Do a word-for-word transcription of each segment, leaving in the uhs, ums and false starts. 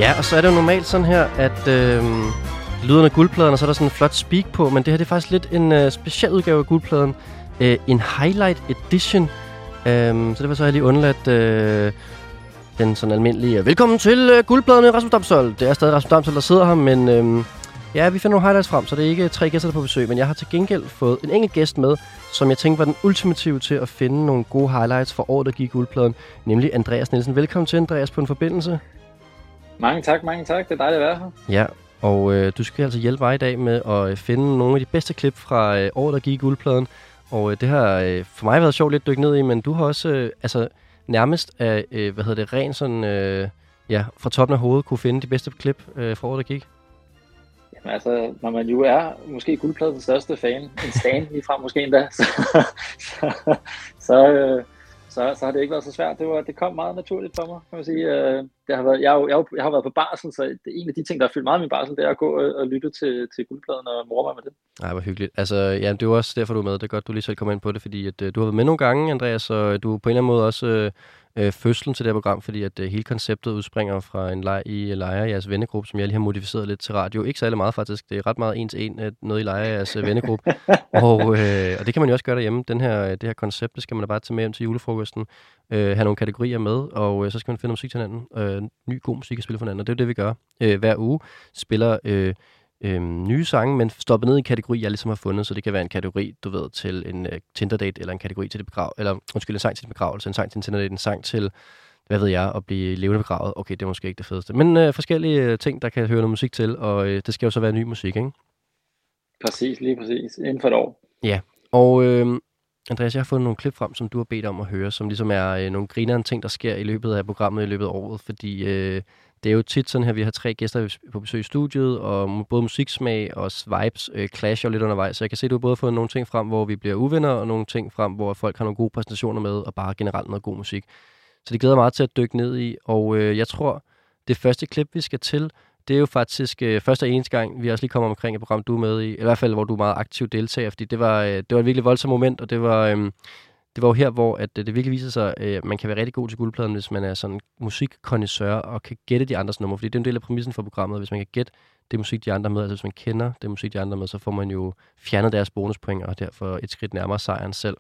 Ja, og så er det jo normalt sådan her, at øh, lyderne af guldpladen, og så er der sådan en flot speak på, men det her det er faktisk lidt en øh, speciel udgave af guldpladen. Øh, en highlight edition. Øh, så det var så jeg lige undladt øh, den sådan almindelige velkommen til øh, guldpladen med Rasmus Damsholdt. Det er stadig Rasmus Damsholdt, der sidder her, men øh, ja, vi finder nogle highlights frem, så det er ikke tre gæster, der er på besøg, men jeg har til gengæld fået en enkelt gæst med, som jeg tænkte var den ultimative til at finde nogle gode highlights for året, der gik guldpladen, nemlig Andreas Nielsen. Velkommen til, Andreas, på en forbindelse. Mange tak, mange tak. Det er dejligt at være her. Ja, og øh, du skal altså hjælpe mig i dag med at finde nogle af de bedste klip fra øh, året, der gik i guldpladen. Og øh, det har øh, for mig været sjovt lidt at dykke ned i, men du har også øh, altså, nærmest af, øh, hvad hedder det, ren sådan, øh, ja, fra toppen af hovedet kunne finde de bedste klip øh, fra året, der gik. Jamen altså, når man jo er måske guldpladens største fan, en stan lige frem måske endda, så, så, så, øh, så, så har det ikke været så svært. Det, var, det kom meget naturligt for mig, kan man sige. Øh, det har været, jeg, har, jeg, jeg har været på barsel, så det, en af de ting, der har fyldt meget af min barsel, det er at gå og, og lytte til, til guldpladen og more mig med det. Nej, hvor hyggeligt. Altså, ja, det er jo også derfor, du er med. Det er godt, du lige selv kommer ind på det, fordi at, uh, du har været med nogle gange, Andreas, og du er på en eller anden måde også øh, øh, fødslen til det her program, fordi at uh, hele konceptet udspringer fra en leg i Lejre, jeres vennegruppe, som jeg lige har modificeret lidt til radio. Ikke særlig meget faktisk. Det er ret meget en til en, at noget i Lejre jeres uh, vennegruppe. og, øh, og det kan man jo også gøre derhjemme. Den her, det her koncept, det skal man da bare tage med hjem til julefrokosten. Øh, have nogle kategorier med, og øh, så skal man finde musik til hinanden. Øh, ny god musik at spille for hinanden, og det er jo det, vi gør. Øh, hver uge spiller øh, øh, nye sange, men stoppet ned i en kategori, jeg ligesom har fundet, så det kan være en kategori, du ved, til en øh, Tinder-date, eller en kategori til det begrav, eller undskyld, en sang til det begravelse, en sang til en Tinder-date, en sang til, hvad ved jeg, at blive levende begravet. Okay, det er måske ikke det fedeste. Men øh, forskellige øh, ting, der kan høre noget musik til, og øh, det skal jo så være ny musik, ikke? Præcis, lige præcis. Inden for et år. Ja, og øh, Andreas, jeg har fundet nogle klip frem, som du har bedt om at høre, som ligesom er øh, nogle grinerende ting, der sker i løbet af programmet, i løbet af året, fordi øh, det er jo tit sådan her, vi har tre gæster på besøg i studiet, og både musiksmag og vibes øh, clasher lidt undervejs, så jeg kan se, at du har både fået nogle ting frem, hvor vi bliver uvenner, og nogle ting frem, hvor folk har nogle gode præsentationer med, og bare generelt noget god musik. Så det glæder mig meget til at dykke ned i, og øh, jeg tror, det første klip, vi skal til, det er jo faktisk øh, første og eneste gang, vi også lige kommer omkring et program, du er med i, i hvert fald, hvor du er meget aktiv deltager, fordi det var, øh, det var et virkelig voldsomt moment, og det var, øh, det var jo her, hvor at, øh, det virkelig viser sig, at øh, man kan være rigtig god til guldpladen, hvis man er sådan musikkondisseur og kan gætte de andres numre, fordi det er en del af præmissen for programmet, hvis man kan gætte det musik, de andre med, altså hvis man kender det musik, de andre med, så får man jo fjernet deres bonuspoint, og derfor et skridt nærmere sejren selv.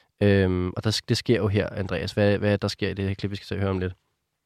Øhm, og der, det sker jo her, Andreas. Hvad, hvad der sker i det her klip, vi skal høre om lidt?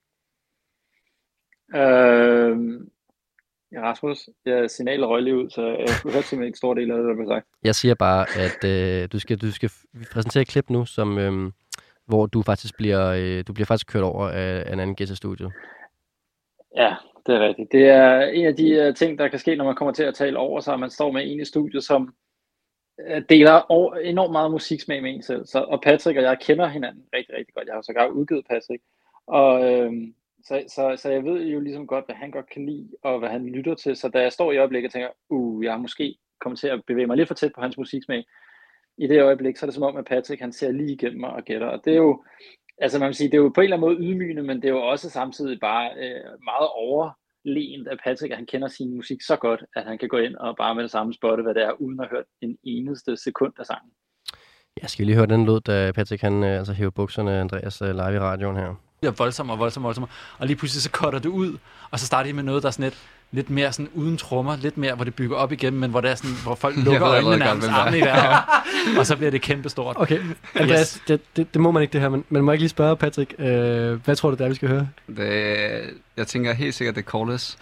Øh... Ja, Rasmus, jeg signaler røg lige ud, så jeg hørte simpelthen ikke stor del af det, der blev sagt. Jeg siger bare, at øh, du, skal, du skal præsentere et klip nu, som, øh, hvor du faktisk bliver, øh, du bliver faktisk kørt over af, af en anden gæst i studiet. Ja, det er rigtigt. Det er en af de uh, ting, der kan ske, når man kommer til at tale over sig, man står med en i studiet, som uh, deler over, enormt meget musiksmag med en selv. Så, og Patrick og jeg kender hinanden rigtig, rigtig godt. Jeg har sågar udgivet Patrick. Og... Øh, Så, så, så jeg ved jo ligesom godt, hvad han godt kan lide, og hvad han lytter til. Så da jeg står i øjeblikket og tænker, uh, jeg har måske kommet til at bevæge mig lidt for tæt på hans musiksmag, i det øjeblik, så er det som om, at Patrick, han ser lige igennem mig og gætter. Og det er jo, altså man vil sige, det er jo på en eller anden måde ydmygende, men det er jo også samtidig bare øh, meget overlegent af Patrick, at han kender sin musik så godt, at han kan gå ind og bare med det samme spotte, hvad det er, uden at høre en eneste sekund af sangen. Jeg skal lige høre den lyd, da Patrick, han øh, altså hæver bukserne, Andreas, øh, live i radioen her. Det er voldsomt og voldsomt og voldsomt, og lige pludselig så cutter det ud, og så starter de med noget, der er sådan lidt, lidt mere sådan uden trommer, lidt mere, hvor det bygger op igen, men hvor det er sådan, hvor folk lukker øjnene nærmest armene i vejret, og så bliver det kæmpestort. Okay, Andreas, yes. det, det, det må man ikke det her, men, men må jeg ikke lige spørge, Patrick, øh, hvad tror du, det er, vi skal høre? Det, jeg tænker helt sikkert, det er Callers.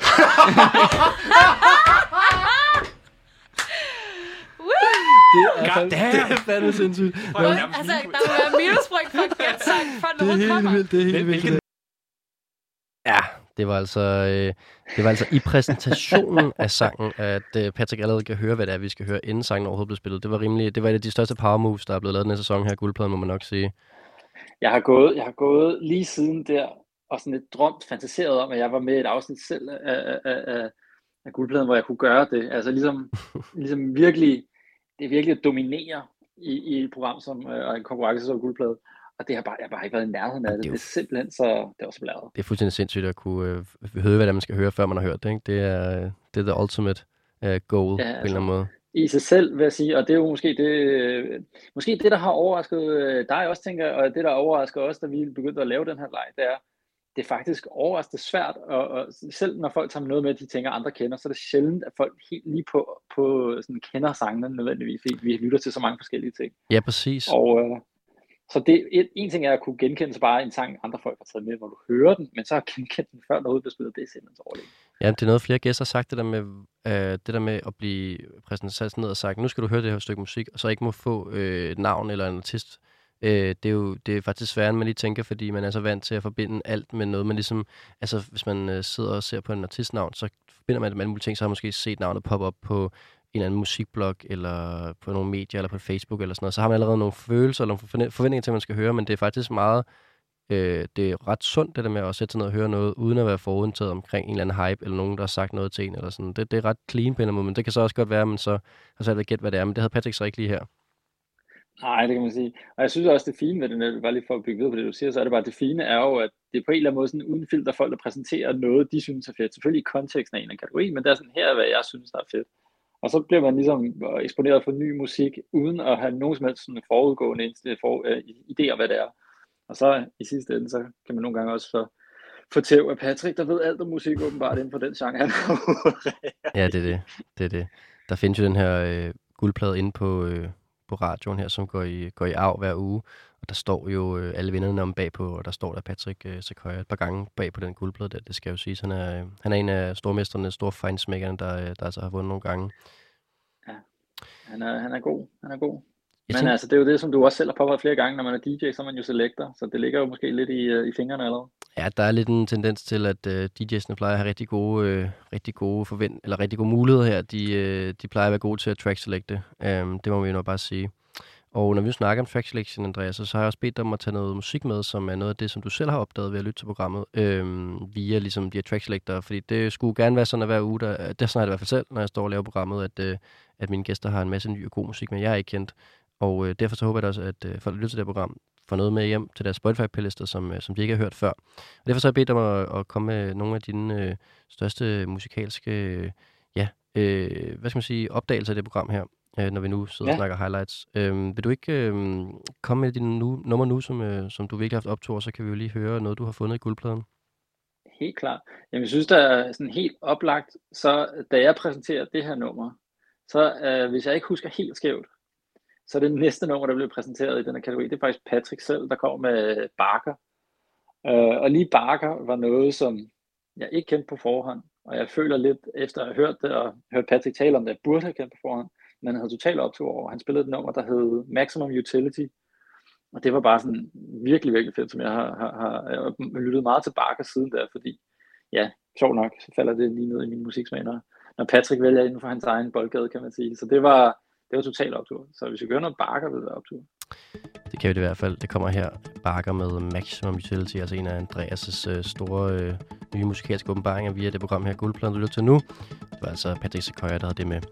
Det er, det er fandme sindssygt. Altså, der må være minuspoint for gætsang, for nogen kommer. Det er helt vildt, det er helt vildt. Ja, det var altså øh, det var altså i præsentationen af sangen, at øh, Patrick allerede kan høre, hvad det er, vi skal høre, inden sangen overhovedet blev spillet. Det var rimelig, det var et af de største power moves, der er blevet lavet den her sæson her i Guldpladen, må man nok sige. Jeg har gået, jeg har gået lige siden der, og sådan lidt drømt, fantaseret om, at jeg var med i et afsnit selv af, af, af, af Guldpladen, hvor jeg kunne gøre det. Altså ligesom, ligesom virkelig, det er virkelig at dominere i, i et program som øh, en konkurrence som Guldplade. Og det har bare, jeg har bare ikke været i nærheden af det. Det er, det er simpelthen så, det er også blæret. Det er fuldstændig sindssygt at kunne øh, høre, hvad det er, man skal høre, før man har hørt det. Ikke? Det er det er the ultimate uh, goal, ja, altså, på en eller anden måde. I sig selv, vil jeg sige, og det er jo måske det, måske det, der har overrasket dig også, tænker jeg, og det, der overrasker os, da vi begyndte at lave den her leg, det er, det er faktisk overraskende svært, og, og selv når folk tager noget med, de tænker, andre kender, så er det sjældent, at folk helt lige på, på sådan, kender sangene nødvendigvis, fordi vi lytter til så mange forskellige ting. Ja, præcis. Og øh, så det, et, en ting er at kunne genkende sig bare en sang, andre folk har taget med, hvor du hører den, men så har genkendt den før noget bliver spillet, det er simpelthen så overlegen. Ja, det er noget, flere gæster har sagt, det der med, øh, det der med at blive præsenteret ned og sagt, nu skal du høre det her stykke musik, og så ikke må få øh, et navn eller en artist. Øh, det er jo det er faktisk sværere, end man lige tænker, fordi man er så vant til at forbinde alt med noget. Man ligesom, altså hvis man øh, sidder og ser på en artistnavn, så forbinder man det med alle mulige ting, så har man måske set navnet poppe op på en eller anden musikblog, eller på nogle medier, eller på Facebook, eller sådan noget. Så har man allerede nogle følelser, eller nogle forventninger til, at man skal høre, men det er faktisk meget, øh, det er ret sundt, det der med at sætte sig ned og høre noget, uden at være forudindtaget omkring en eller anden hype, eller nogen, der har sagt noget til en, eller sådan. Det, det er ret clean på en eller anden måde, men det kan så også godt være, at man så har sat at gætte, hvad det er, men det havde Patrick så ikke lige her. Nej, det kan man sige. Og jeg synes også, det fine ved det, bare lige for at bygge videre på det, du siger, så er det bare, det fine er jo, at det er på en eller anden måde sådan uden filter folk, der præsenterer noget, de synes er fedt. Selvfølgelig i konteksten af en kategori, men det er sådan, her er, hvad jeg synes, der er fedt. Og så bliver man ligesom eksponeret for ny musik, uden at have nogen som helst sådan forudgående for, uh, idéer, hvad det er. Og så i sidste ende, så kan man nogle gange også få, få tæv af Patrick, der ved alt om musik åbenbart inden for den genre, han har. Ja, det er det. det er det. Der findes jo den her øh, guldplade inde på... Øh på radioen her, som går i, går i arv hver uge. Og der står jo øh, alle vinderne om bagpå, og der står der Patrick øh, Sequoia et par gange bag på den guldplade der. Det skal jo siges. Han er, øh, han er en af stormestrene, store fejnsmækkerne, der, øh, der altså har vundet nogle gange. Ja, han er, han er god. Han er god. Jeg Men tænker... altså, det er jo det, som du også selv har påpeget flere gange, når man er D J, så er man jo selector, så det ligger jo måske lidt i, uh, i fingrene allerede. Ja, der er lidt en tendens til, at uh, D J'erne plejer at have rigtig gode, øh, rigtig gode forvent eller rigtig gode muligheder her. De, øh, de plejer at være gode til at track selecte. Um, det må vi jo nok bare sige. Og når vi snakker om track selection, Andreas, så har jeg også bedt dig om at tage noget musik med, som er noget af det, som du selv har opdaget ved at lytte til programmet, øhm, via ligesom de her track selector, fordi det skulle gerne være sådan, at hver uge, der, det er sådan, at det i hvert fald selv, når jeg står og laver programmet, at, øh, at mine gæster har en masse ny og god musik, men jeg er ikke kendt. Og øh, derfor så håber jeg også, at øh, folk, der lytter til det her program, får noget med hjem til deres Spotify-playlister, som, øh, som de ikke har hørt før. Og derfor så har jeg bedt dig om at, at komme med nogle af dine øh, største musikalske, øh, ja, øh, hvad skal man sige, opdagelser i det program her, øh, når vi nu sidder ja. og snakker highlights. Øh, vil du ikke øh, komme med dine nu, nummer nu, som, øh, som du virkelig har haft optog, så kan vi jo lige høre noget, du har fundet i guldpladen? Helt klart. Jamen, jeg synes, der er sådan helt oplagt, så da jeg præsenterer det her nummer, så øh, hvis jeg ikke husker helt skævt, så det næste nummer, der bliver præsenteret i den her kategori, det er faktisk Patrick selv, der kommer med Barker. Øh, og lige Barker var noget, som jeg ikke kendte på forhånd, og jeg føler lidt, efter at have hørt det, og hørt Patrick tale om det, jeg burde have kendt på forhånd, men han havde totalt optog over. Han spillede et nummer, der hed Maximum Utility, og det var bare sådan virkelig, virkelig fedt, som jeg har, har, har lyttet meget til Barker siden der, fordi ja, sjovt nok, så falder det lige ned i mine musiksmag, når Patrick vælger inden for hans egen boldgade, kan man sige. Så det var, det var totalt optur. Så hvis vi gør noget Barker, vil det være optur. Det kan vi det i hvert fald. Det kommer her, Barker med Maximum Utility, altså en af Andreas' øh, store øh, nye musikalske åbenbaringer via det program her, Guldpladen, du lytter til nu. Det var altså Patrick Sequoia, der havde det med.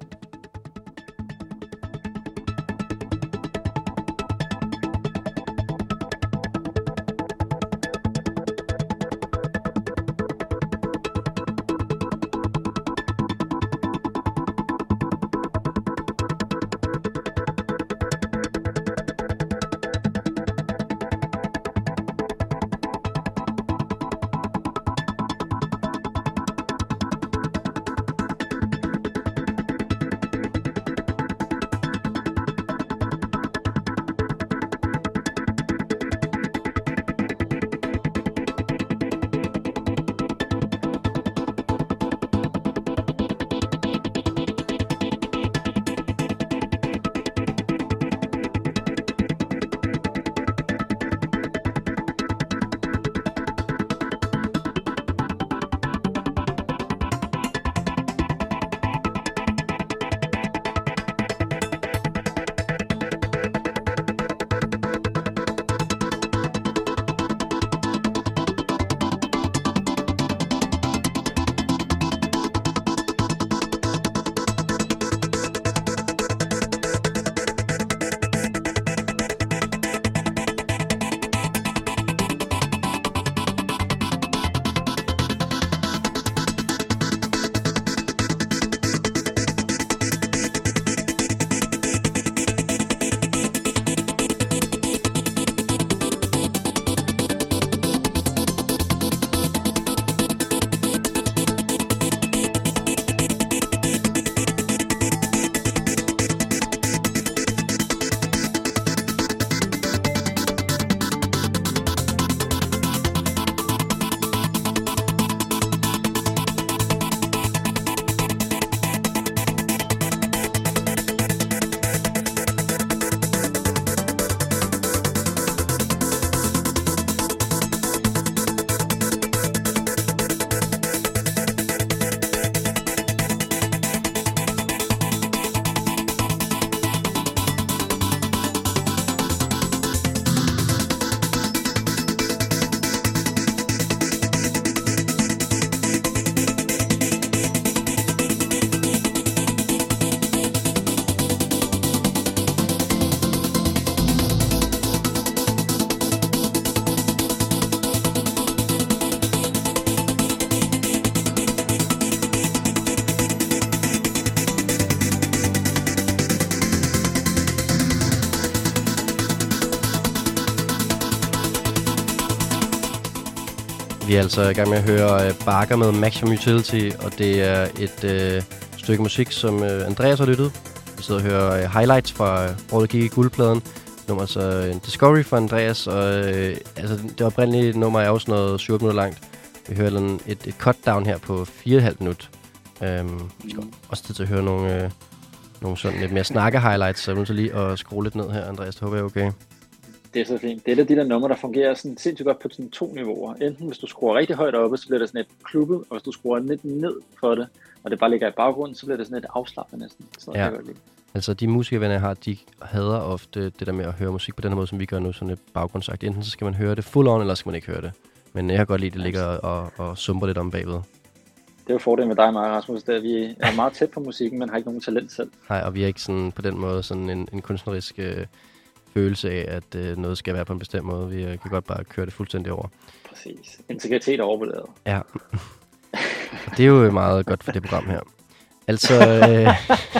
Vi er altså i gang med at høre Barker med Maximum Utility, og det er et øh, stykke musik, som øh, Andreas har lyttet. Vi sidder og hører øh, highlights fra øh, året gik i guldpladen. Nummer så øh, en Discovery fra Andreas, og øh, altså, det oprindelige nummer er også noget syv minutter langt. Vi hører et, et cut-down her på fire komma fem minut. Øhm, vi skal også tid til at høre nogle, øh, nogle sådan lidt mere snakke-highlights, så jeg er nødt til lige at skrue lidt ned her, Andreas. Det håber jeg er okay. Det er så fint. Det er de der numre, der fungerer sådan sindssygt godt på sådan to niveauer. Enten hvis du skruer rigtig højt oppe, så bliver det sådan et klubbet, og hvis du skruer lidt ned for det, og det bare ligger i baggrunden, så bliver det sådan et afslappet næsten. Så ja. det Altså de musikervenner, jeg har, de hader ofte det der med at høre musik på den her måde, som vi gør nu, sådan et baggrundsagt. Enten så skal man høre det full on, eller så skal man ikke høre det. Men jeg har godt lide, at det ligger og, og sumper lidt om bagved. Det er jo fordelen med dig og mig, Rasmus, det er, at vi er meget tæt på musikken, men har ikke nogen talent selv. Nej, og vi er ikke sådan på den måde sådan en, en kunstnerisk øh, følelse af, at øh, noget skal være på en bestemt måde. Vi øh, kan godt bare køre det fuldstændig over. Præcis. Integritet er overvurderet. Ja. Det er jo meget godt for det program her. Altså... Øh,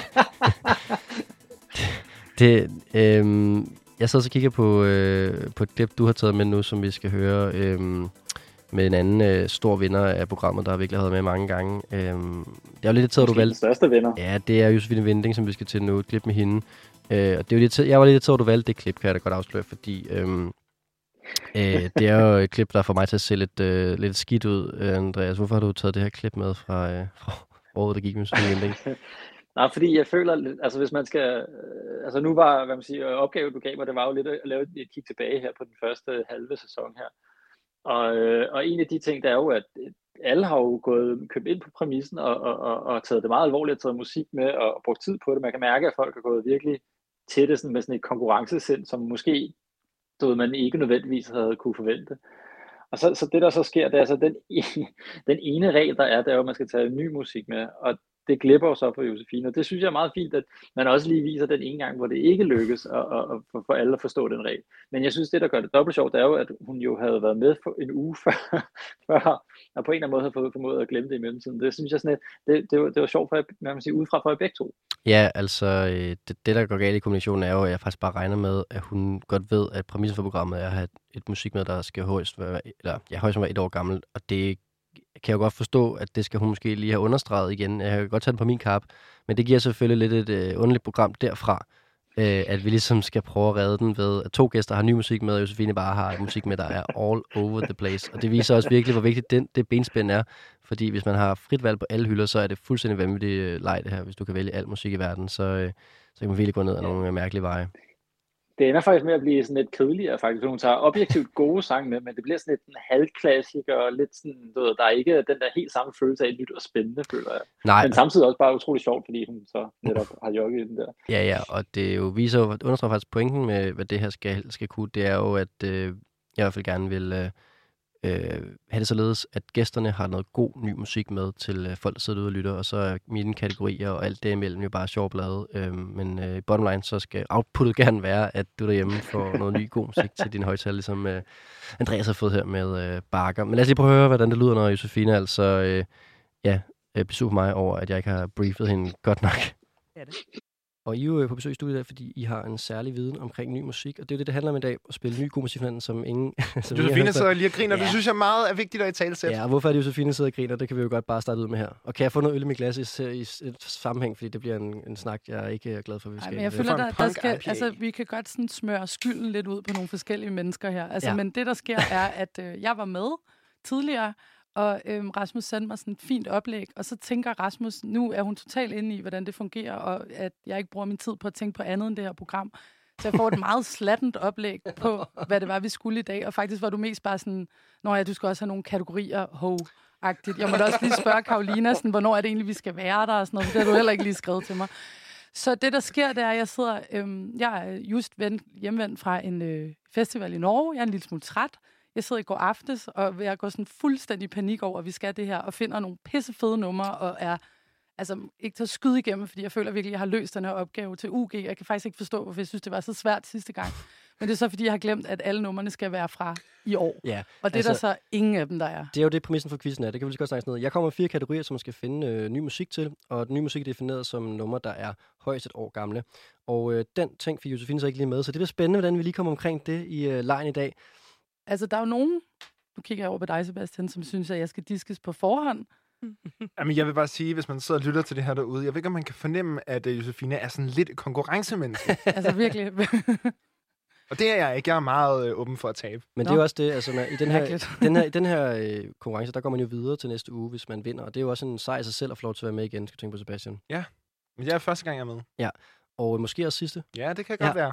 det, øh, jeg sidder og kigger på, øh, på et klip, du har taget med nu, som vi skal høre øh, med en anden øh, stor vinder af programmet, der har virkelig været med mange gange. Øh, det er jo lidt irriteret, du valgte... Den største vinder. Ja, det er Josefine Winding, som vi skal til nu. Et klip med hende. Øh, og det er jo lidt, jeg var lidt irriteret, at du valgte det klip, kan jeg da godt afsløre, fordi øh, øh, det er jo et klip, der får mig til at se lidt, øh, lidt skidt ud, Andreas. Hvorfor har du taget det her klip med fra, øh, fra året, der gik med Josefine Winding? Nej, fordi jeg føler, altså hvis man skal, altså nu var, hvad man siger, opgaven du gav mig, det var jo lidt at lave et kig tilbage her på den første halve sæson her. Og, og en af de ting, der er jo, at alle har jo gået, købt ind på præmissen og, og, og, og taget det meget alvorligt, taget musik med og brugt tid på det. Man kan mærke, at folk har gået virkelig til det sådan med sådan et konkurrencesind, som måske, du ved, man ikke nødvendigvis havde kunne forvente. Og så, så det, der så sker, det er altså den, den ene regel, der er, det er jo, at man skal tage ny musik med, og det glipper jo så for Josefine, og det synes jeg er meget fint, at man også lige viser den ene gang, hvor det ikke lykkes, og, og, og for, for alle at forstå den regel. Men jeg synes, det, der gør det dobbelt sjovt, det er jo, at hun jo havde været med for en uge før, før og på en eller anden måde havde fået formået at glemme det i mellemtiden. Det synes jeg sådan, at det, det, var, det var sjovt, for, man kan sige, udefra for jer begge to. Ja, altså, det, det der går galt i kommunikationen er jo, at jeg faktisk bare regner med, at hun godt ved, at præmissen for programmet er at have et, et musik med, der skal højst være, eller ja, højst være et år gammel, og det kan jeg jo godt forstå, at det skal hun måske lige have understreget igen. Jeg kan godt tage den på min kap, men det giver selvfølgelig lidt et øh, underligt program derfra, øh, at vi ligesom skal prøve at redde den ved, at to gæster har ny musik med, og Josefine bare har musik med, der er all over the place. Og det viser også virkelig, hvor vigtigt den, det benspænd er, fordi hvis man har frit valg på alle hylder, så er det fuldstændig vanvittigt øh, leg det her. Hvis du kan vælge al musik i verden, så, øh, så kan man virkelig gå ned ad nogle øh, mærkelige veje. Det ender faktisk med at blive sådan lidt kedeligere, faktisk. Hun tager objektivt gode sange med, men det bliver sådan lidt en halvklassiker, og lidt sådan, du ved, der er ikke den der helt samme følelse af nyt og spændende, føler jeg. Nej. Men samtidig også bare utrolig sjovt, fordi hun så netop har jogget i den der. Ja, ja, og det jo viser jo, understreger faktisk pointen med, hvad det her skal, skal kunne, det er jo, at øh, jeg i hvert fald gerne vil øh, øh, have det således, at gæsterne har noget god ny musik med til øh, folk, der sidder ude og lytter, og så er mine kategorier og alt det imellem jo bare sjovt bladet. Øh, men øh, bottom line, så skal outputtet gerne være, at du derhjemme får noget ny god musik til din højtaler, ligesom øh, Andreas har fået her med øh, Barker. Men lad os lige prøve at høre, hvordan det lyder, når Josefine altså øh, ja, øh, besøger mig over, at jeg ikke har briefet hende godt nok. Ja, det. Og I er jo på besøg i studiet, fordi I har en særlig viden omkring ny musik, og det er jo det, det handler om i dag, at spille ny god musik, som ingen... som Josefine sidder lige og griner, ja. Det synes jeg meget er vigtigt at i talesæt. Ja, og hvorfor er det Josefine sidder og griner, det kan vi jo godt bare starte ud med her. Og kan jeg få noget øl i mit glas i, i et sammenhæng, fordi det bliver en, en snak, jeg ikke er glad for, at vi skal... Ej, men jeg føler, der, der skal, altså, vi kan godt sådan smøre skylden lidt ud på nogle forskellige mennesker her. Altså, ja. Men det, der sker, er, at øh, jeg var med tidligere, og øhm, Rasmus sendte mig sådan et fint oplæg, og så tænker Rasmus, nu er hun totalt inde i, hvordan det fungerer, og at jeg ikke bruger min tid på at tænke på andet end det her program. Så jeg får et meget slattent oplæg på, hvad det var, vi skulle i dag, og faktisk var du mest bare sådan, når ja, du skal også have nogle kategorier, ho-agtigt. Jeg måtte også lige spørge Karolina, sådan, hvornår er det egentlig, vi skal være der, og sådan noget, for det har du heller ikke lige skrevet til mig. Så det, der sker, det er, at jeg sidder, øhm, jeg er just vendt, hjemvendt fra en øh, festival i Norge, jeg er en lille smule træt. Jeg sidder i går aftes, og jeg går sådan fuldstændig i panik over, at vi skal det her, og finder nogle pissefede numre, og er altså ikke til at skyde igennem, fordi jeg føler virkelig, at jeg har løst den her opgave til U G. Jeg kan faktisk ikke forstå, hvorfor jeg synes, det var så svært sidste gang. Men det er så, fordi jeg har glemt, at alle numrene skal være fra i år. Ja, og det altså, er der så ingen af dem, der er. Det er jo det, præmissen for quizzen er. Det kan vi lige godt snakke ned. Jeg kommer med fire kategorier, som man skal finde øh, ny musik til, og ny musik er defineret som numre, der er højst et år gamle. Og øh, den ting fik Josefine så ikke lige med, så det bliver spændende, hvordan vi lige kommer omkring det i øh, lejen i dag. Altså, der er jo nogen, Nu kigger jeg over på dig, Sebastian, som synes, at jeg skal diskes på forhånd. Jamen, jeg vil bare sige, hvis man sidder og lytter til det her derude, jeg ved ikke, om man kan fornemme, at uh, Josefine er sådan lidt konkurrencemenneske. Altså virkelig. Og det er jeg ikke. Jeg er meget øh, åben for at tabe. Men Nå. Det er jo også det, altså i den her, den her, den her øh, konkurrence, der går man jo videre til næste uge, hvis man vinder. Og det er jo også en sejr i sig selv at få lov til at være med igen, skal du tænke på, Sebastian. Ja, men det er første gang, jeg er med. Ja, og måske også sidste. Ja, det kan godt ja. være.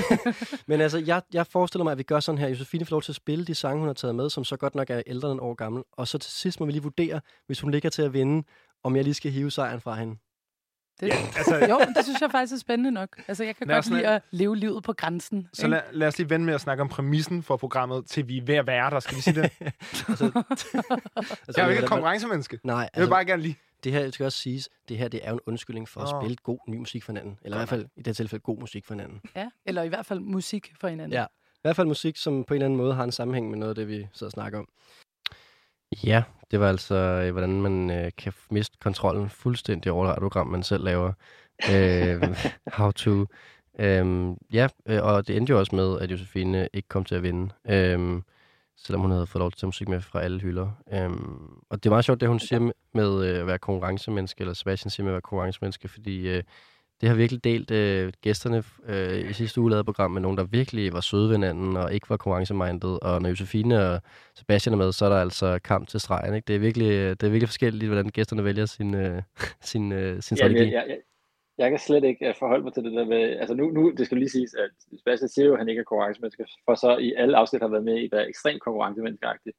Men altså, jeg, jeg forestiller mig, at vi gør sådan her. Josefine får lov til at spille de sange, hun har taget med, som så godt nok er ældre end år gammel. Og så til sidst må vi lige vurdere, hvis hun ligger til at vinde, om jeg lige skal hive sejren fra hende. Det, ja, altså, jo, det synes jeg faktisk er spændende nok. Altså, jeg kan godt lide at leve livet på grænsen. Så lad, lad os lige vende med at snakke om præmissen for programmet, til vi er ved at være der. Skal vi sige det? altså, altså, jeg er jo ikke et konkurrencemenneske. Nej, altså, jeg vil bare gerne lige... Det her skal også siges, det her det er jo en undskyldning for oh. at spille god ny musik for hinanden. Eller i hvert fald i det tilfælde god musik for hinanden. Ja, eller i hvert fald musik for hinanden. Ja, i hvert fald musik, som på en eller anden måde har en sammenhæng med noget af det, vi sidder og snakker om. Ja, det var altså, øh, hvordan man øh, kan miste kontrollen fuldstændig over et radioprogram, man selv laver. øh, how to. Øh, ja, øh, og det endte jo også med, at Josefine ikke kom til at vinde. Øh, selvom hun havde fået lov til at tage musik med fra alle hylder. Øhm, og det er meget sjovt, det hun siger med, med øh, at være konkurrencemenneske, eller Sebastian siger med at være konkurrencemenneske, fordi øh, det har virkelig delt øh, gæsterne øh, i sidste uge lavet program med nogen, der virkelig var søde ved hinanden, og ikke var konkurrencemindet. Og når Josefine og Sebastian er med, så er der altså kamp til stregen. Ikke? Det, er virkelig, det er virkelig forskelligt, hvordan gæsterne vælger sin, øh, sin, øh, sin strategi. Ja, jeg, jeg, jeg kan slet ikke forholde mig til det der med... Altså nu, nu det skal lige siges, at Sebastian siger jo, at han ikke er konkurrencemenneske, for så i alle afsnit har været med i at være ekstremt konkurrencemenneskeagtigt.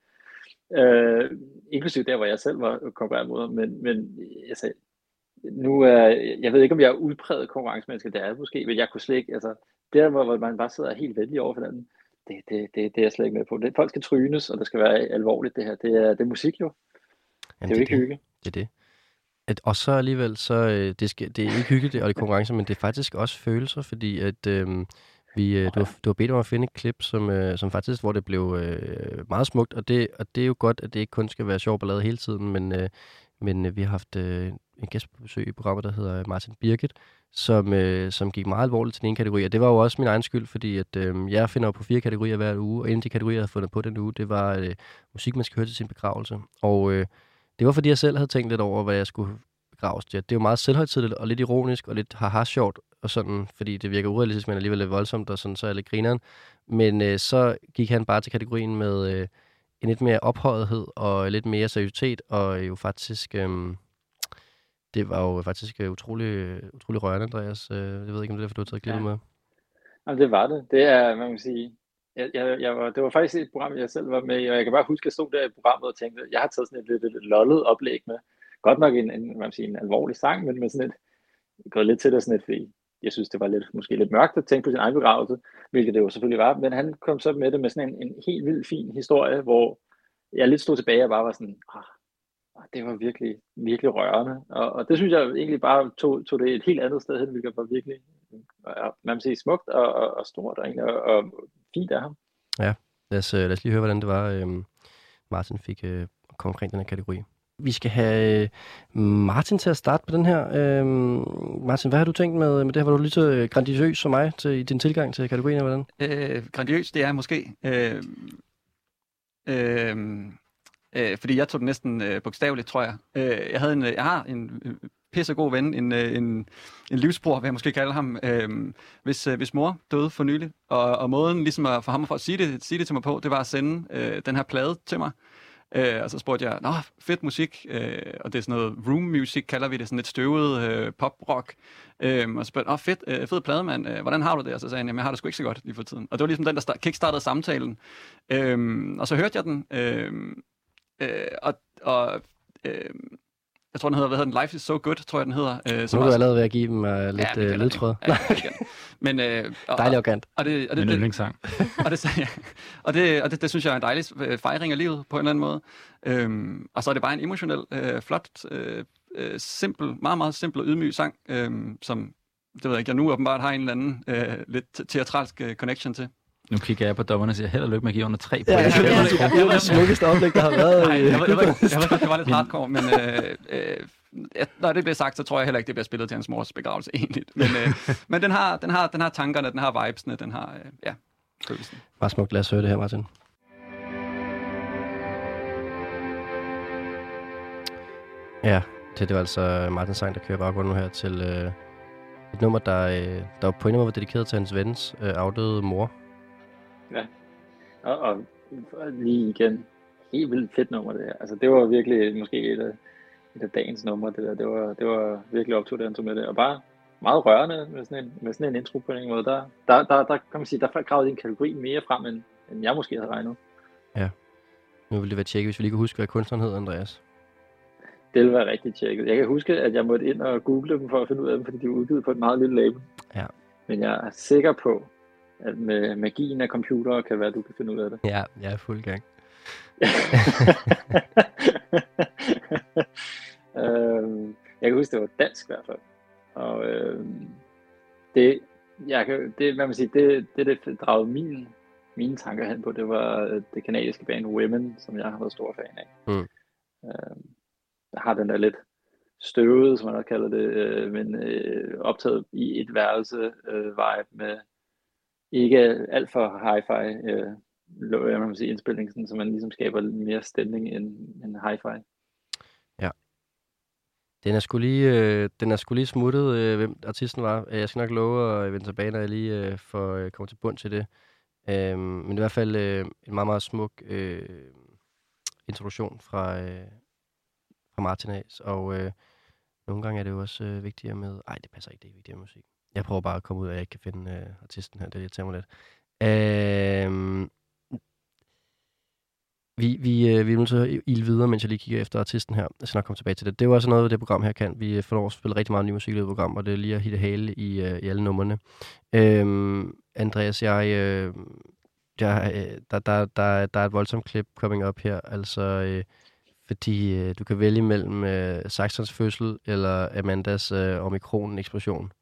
Øh, inklusive der, hvor jeg selv var konkurrent mod ham. Men, men altså, nu er... Jeg ved ikke, om jeg er udpræget konkurrencemenneske. Det er jeg måske, men jeg kunne slet ikke... Altså, der, hvor man bare sidder helt venlig over for den, det, det, det, det er jeg slet ikke med på. Det, folk skal trynes, og det skal være alvorligt, det her. Det er, det er musik jo. Jamen, det er jo ikke hygge. Det er det. At, og så alligevel, så øh, det, skal, det er ikke hygge, det, og det er konkurrence, men det er faktisk også følelser, fordi at øh, vi, øh, du, har, du har bedt om at finde et klip, som, øh, som faktisk, hvor det blev øh, meget smukt, og det, og det er jo godt, at det ikke kun skal være sjov ballade hele tiden, men, øh, men øh, vi har haft øh, en gæst på besøg i programmet, der hedder Martin Birgit, som, øh, som gik meget alvorligt til den ene kategori, og det var jo også min egen skyld, fordi at, øh, jeg finder på fire kategorier hver uge, og en af de kategorier, jeg havde fundet på den uge, det var øh, musik, man skal høre til sin begravelse, og øh, det var fordi, jeg selv havde tænkt lidt over, hvad jeg skulle begraves til. Det er jo meget selvhøjtideligt og lidt ironisk og lidt haha-sjovt, og sådan, fordi det virker urealistisk, men alligevel lidt voldsomt, og sådan, så er lidt grineren. Men øh, så gik han bare til kategorien med øh, en lidt mere ophøjethed og lidt mere seriøsitet, og jo faktisk, øh, det var jo faktisk utrolig, utrolig rørende, Andreas. Jeg ved ikke, om det er derfor, du har taget klippet ja. med. Jamen, det var det. Det er, man kan sige... Jeg, jeg, jeg var, det var faktisk et program, jeg selv var med i, og jeg kan bare huske, at jeg stod der i programmet og tænkte, jeg har taget sådan et lidt, lidt lollet oplæg med. Godt nok en, en, man sige, en alvorlig sang, men med sådan et, gået lidt til det sådan et, fordi jeg synes, det var lidt, måske lidt mørkt at tænke på sin egen begravelse, hvilket det jo selvfølgelig var, men han kom så med det med sådan en, en helt vildt fin historie, hvor jeg lidt stod tilbage og bare var sådan, ah, det var virkelig, virkelig rørende, og, og det synes jeg egentlig bare tog, tog det et helt andet sted hen, hvilket var virkelig, man kan sige, smukt og, og, og stort og, og, og fint af ham. Ja, lad os, lad os lige høre, hvordan det var, øhm, Martin fik øh, kom omkring den her kategori. Vi skal have Martin til at starte på den her. Øhm, Martin, hvad har du tænkt med, med det her? Var du lige så grandiøs som mig til, i din tilgang til kategorien? Hvordan? Øh, grandiøs, det er måske. Øh, øh, øh, fordi jeg tog det næsten øh, bogstaveligt, tror jeg. Øh, jeg, havde en, jeg har en pissegod ven, en, en, en livsbror, vil jeg måske kalde ham, øh, hvis, øh, hvis mor døde for nylig. Og, og måden ligesom at, for ham for at sige det, sige det til mig på, det var at sende øh, den her plade til mig. Øh, og så spurgte jeg, nå, fedt musik, øh, og det er sådan noget room music, kalder vi det, sådan lidt støvet øh, pop-rock. Øh, og så spurgte jeg, nå, fedt, øh, fed plade, mand, øh, hvordan har du det? Og så sagde han, jamen, jeg har det sgu ikke så godt lige for tiden. Og det var ligesom den, der start- kickstartede samtalen. Øh, og så hørte jeg den, øh, øh, og, og øh, jeg tror, den hedder, hvad hedder den? Life is so good, tror jeg, den hedder. Øh, som nu er du allerede ved at give dem uh, lidt ja, uh, ledtråd. Ja, men øh, og, dejlig organt. Og det, og det, en yndlingssang. og det, ja, og det, og det, det synes jeg er en dejlig fejring af livet på en eller anden måde. Øhm, og så er det bare en emotionel, øh, flot, øh, simpel, meget, meget simpel og ydmyg sang, øh, som, det ved jeg ikke, jeg nu åbenbart har en eller anden øh, lidt teatralsk øh, connection til. Nu kigger jeg på dommerne og siger, held og lykke med at give under tre point. Ja, det er det smukkeste oplæg, der har været. Nej, jeg, jeg, jeg, jeg, jeg, jeg, det var lidt hardcore, men øh, øh, ja, når det bliver sagt, så tror jeg heller ikke, det bliver spillet til hans mors begravelse egentlig. Men, øh, men den, har, den, har, den har tankerne, den har vibesene, den har, øh, ja, følelsen. Meget smukt. Lad os høre det her, Martin. Ja, det, det var altså Martins sang, der kører baggrunden nu her til øh, et nummer, der, øh, der på en måde var dedikeret til hans vens øh, afdøde mor. Ja, og, og lige igen, helt vildt fedt nummer det her. Altså det var virkelig måske et af, et af dagens numre, det der. Det var, det var virkelig optog, det han tog med det. Og bare meget rørende med sådan en, med sådan en intro på en måde. Der, der, der, der kan man sige, der gravede en kategori mere frem, end, end jeg måske havde regnet. Ja. Nu ville det være tjekket, hvis vi lige kunne huske, hvad kunstneren hed, Andreas. Det ville være rigtig tjekket. Jeg kan huske, at jeg måtte ind og google dem for at finde ud af dem, fordi de er udgivet på et meget lille label. Ja. Men jeg er sikker på, at med magien af computere kan være, at du kan finde ud af det. Ja, jeg er fuld gang. øhm, jeg kan huske, det var dansk i hvert fald. Og øhm, det, jeg kan, det, hvad man siger, det, det, det dragede min, mine tanker hen på, det var det kanadiske band Women, som jeg har været stor fan af. Mm. Øhm, jeg har den der lidt støvede, som man også kalder det, øh, men øh, optaget i et værelse øh, vibe med ikke alt for hi-fi øh, jeg må sige, indspilning, sådan, så man ligesom skaber lidt mere stemning end, end hi-fi. Ja. Den er sgu lige, øh, den er sgu lige smuttet, øh, hvem artisten var. Jeg skal nok love at vende tilbage, når jeg lige øh, får øh, kommet til bund til det. Øh, men i hvert fald øh, en meget, meget smuk øh, introduktion fra, øh, fra Martin As. Og øh, nogle gange er det jo også øh, vigtigere med... Ej, det passer ikke, det er vigtigere med musik. Jeg prøver bare at komme ud af, at jeg ikke kan finde øh, artisten her. Det irriterer mig lidt. Øh, vi, vi, øh, vi er nødt til at ilde videre, mens jeg lige kigger efter artisten her. Jeg skal nok komme tilbage til det. Det er jo også noget, det program her kan. Vi får lov at spille rigtig meget ny musik i det program, og det er lige at hitte hale i, øh, i alle numrene. Øh, Andreas, jeg... Øh, jeg der, der, der, der er et voldsomt klip coming up her. Altså... Øh, fordi øh, du kan vælge mellem øh, Saxons fødsel eller Amandas øh, omikron-eksplosion.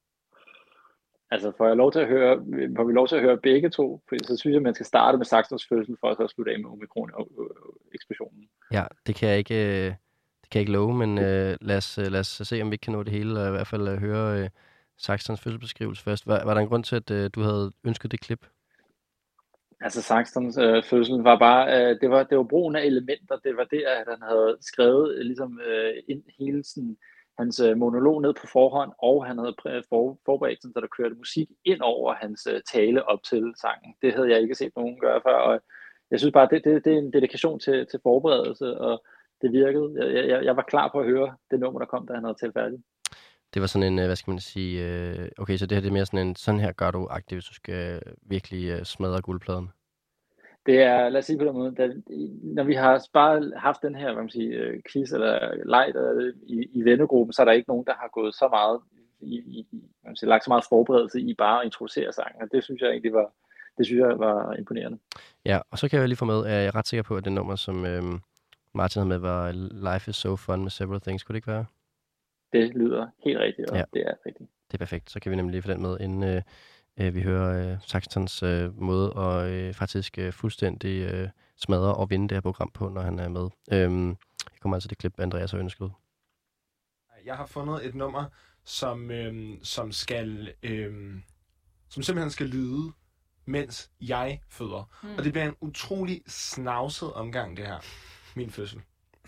Altså får jeg lov til at høre, får vi lov til at høre begge to? For så synes jeg, man skal starte med Saxons fødsel, for at så slutte af med omikron-eksplosionen. Ja, det kan jeg ikke, øh, det kan jeg ikke love, men øh, lad, os, øh, lad os se, om vi ikke kan nå det hele, og i hvert fald øh, høre øh, Saxons fødselsbeskrivelse først. Var, var der en grund til, at øh, du havde ønsket det klip? Altså Saxons øh, fødsel var bare, øh, det var det var brugen af elementer, det var det, at han havde skrevet øh, ligesom øh, ind hele sådan, hans øh, monolog ned på forhånd, og han havde præ- for, forberedt sådan, så der kørte musik ind over hans øh, tale op til sangen. Det havde jeg ikke set nogen gøre før, og jeg synes bare, det, det, det er en dedikation til, til forberedelse, og det virkede. Jeg, jeg, jeg var klar på at høre det nummer, der kom, da han havde talt færdigt. Det var sådan en, hvad skal man sige, øh, okay, så det her det er mere sådan en, sådan her gør du-agtigt, hvis du skal virkelig øh, smadre guldpladen. Det er, lad os sige på den måde, da, når vi har bare haft den her, hvad man siger, quiz eller leg i, i vennegruppen, så er der ikke nogen, der har gået så meget, i, i, man siger, lagt så meget forberedelse i bare at introducere sangen, og det synes jeg egentlig var, det synes jeg var imponerende. Ja, og så kan jeg lige få med, at jeg er ret sikker på, at det nummer, som øh, Martin havde med, var Life is so fun med Several Things. Kunne det ikke være? Det lyder helt rigtigt, og ja. Det er rigtigt. Det er perfekt. Så kan vi nemlig lige få den med, inden øh, øh, vi hører øh, Saxons øh, måde og øh, faktisk øh, fuldstændig øh, smadre og vinde det her program på, når han er med. Øhm, jeg kommer altså det klip, Andreas har ønsket. Jeg har fundet et nummer, som, øh, som skal, øh, som simpelthen skal lyde, mens jeg føder. Mm. Og det bliver en utrolig snavset omgang, det her. Min fødsel.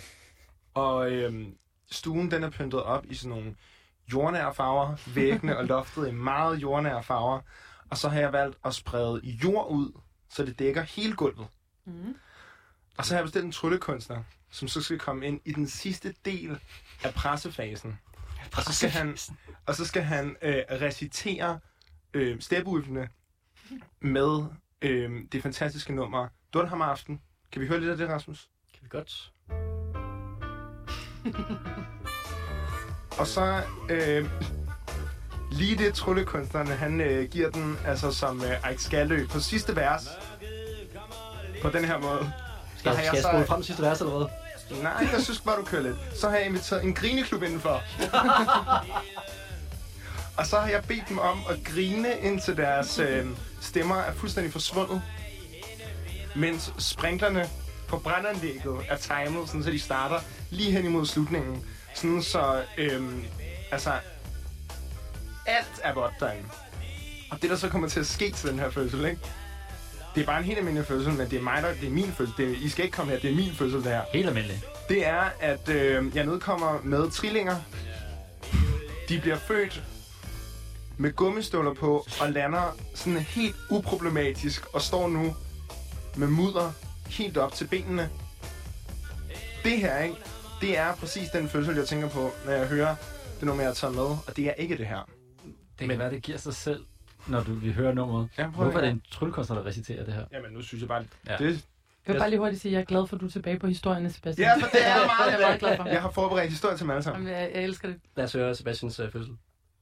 Og øh, stuen, den er pyntet op i sådan nogle jordnære farver. Væggene og loftet i meget jordnære farver. Og så har jeg valgt at sprede jord ud, så det dækker hele gulvet. Mm. Og så har jeg bestilt en tryllekunstner, som så skal komme ind i den sidste del af pressefasen. Og så skal han, og så skal han øh, recitere øh, Stepulvene med øh, det fantastiske nummer Dunhammer Aften. Kan vi høre lidt af det, Rasmus? Kan vi godt. Og så øh, lige det tryllekunstnerne, han øh, giver den altså som øh, Eik Skallø på sidste vers. På den her måde. Skal jeg, skal jeg spole frem sidste vers eller hvad? Nej, jeg synes bare, du kører lidt. Så har jeg inviteret en grineklub indenfor. Og så har jeg bedt dem om at grine, indtil deres øh, stemmer er fuldstændig forsvundet. Mens sprinklerne på brandanlægget er timet, sådan, så de starter lige hen imod slutningen. Sådan så, øh, altså, alt er godt derinde. Og det, der så kommer til at ske til den her fødsel, ikke? det er bare en helt almindelig fødsel, men det er mig, der, det er min fødsel. Det er, I skal ikke komme her, det er min fødsel, det her. Helt almindelig. Det er, at øh, jeg nedkommer med trillinger. De bliver født med gummistøvler på og lander sådan helt uproblematisk og står nu med mudder helt op til benene. Det her, ikke? Det er præcis den fødsel, jeg tænker på, når jeg hører det nummer, jeg har taget med, og det er ikke det her. Det kan være, det giver sig selv, når du vi hører nummeret. Ja, hvorfor er det en tryllekunstner, der reciterer det her? Jamen, nu synes jeg bare, ja. det... Jeg vil bare lige hurtigt sige, at jeg er glad for, at du er tilbage på historien, Sebastian. Ja, for det er jeg meget, jeg er meget glad for. Jeg har forberedt historien til dem alle sammen. Jamen, jeg, jeg elsker det. Lad os høre Sebastians uh, fødsel.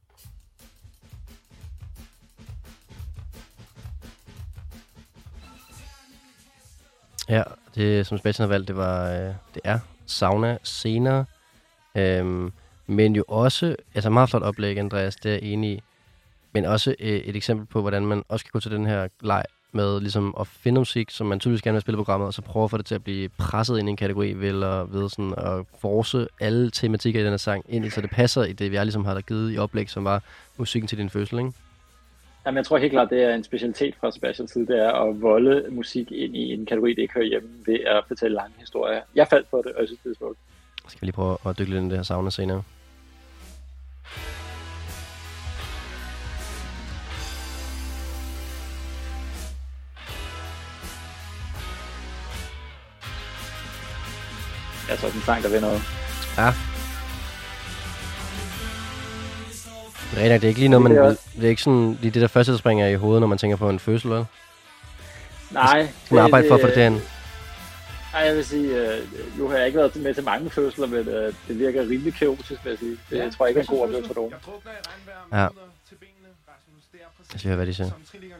Ja, det som Sebastian har valgt, det var, øh, det er sauna scener, øhm, men jo også, altså meget flot oplæg, Andreas, det er jeg enig i, men også øh, et eksempel på, hvordan man også kan gå til den her leg med ligesom at finde musik, som man tydeligvis gerne vil spille i programmet, og så prøve at få det til at blive presset ind i en kategori, ved at, ved sådan at force alle tematikker i den her sang ind i, så det passer i det, vi ligesom har der givet i oplæg, som var musikken til din fødsel, ikke? Jamen, jeg tror helt klart, det er en specialitet fra Sebastians side, det er at volde musik ind i en kategori, det ikke hører hjemme, ved at fortælle lange historier. Jeg faldt på det, og jeg synes, det er smukt. Skal vi lige prøve at dykke lidt ind i det her sauna senere? Jeg tror, det er en sang, der vil noget. Ja. Det er, det er ikke lige noget, man... Det er, det er ikke sådan lige det der første, der springer i hovedet, når man tænker på en fødsel, eller? Nej. Skal man arbejde for at få det derhen? Nej, jeg vil sige, uh, nu har jeg ikke været med til mange fødsler, men uh, det virker rimelig kaotisk, vil jeg sige. Det ja, jeg tror jeg ikke er en god oplevelse for nogen. Ja. Jeg skal høre, hvad de siger.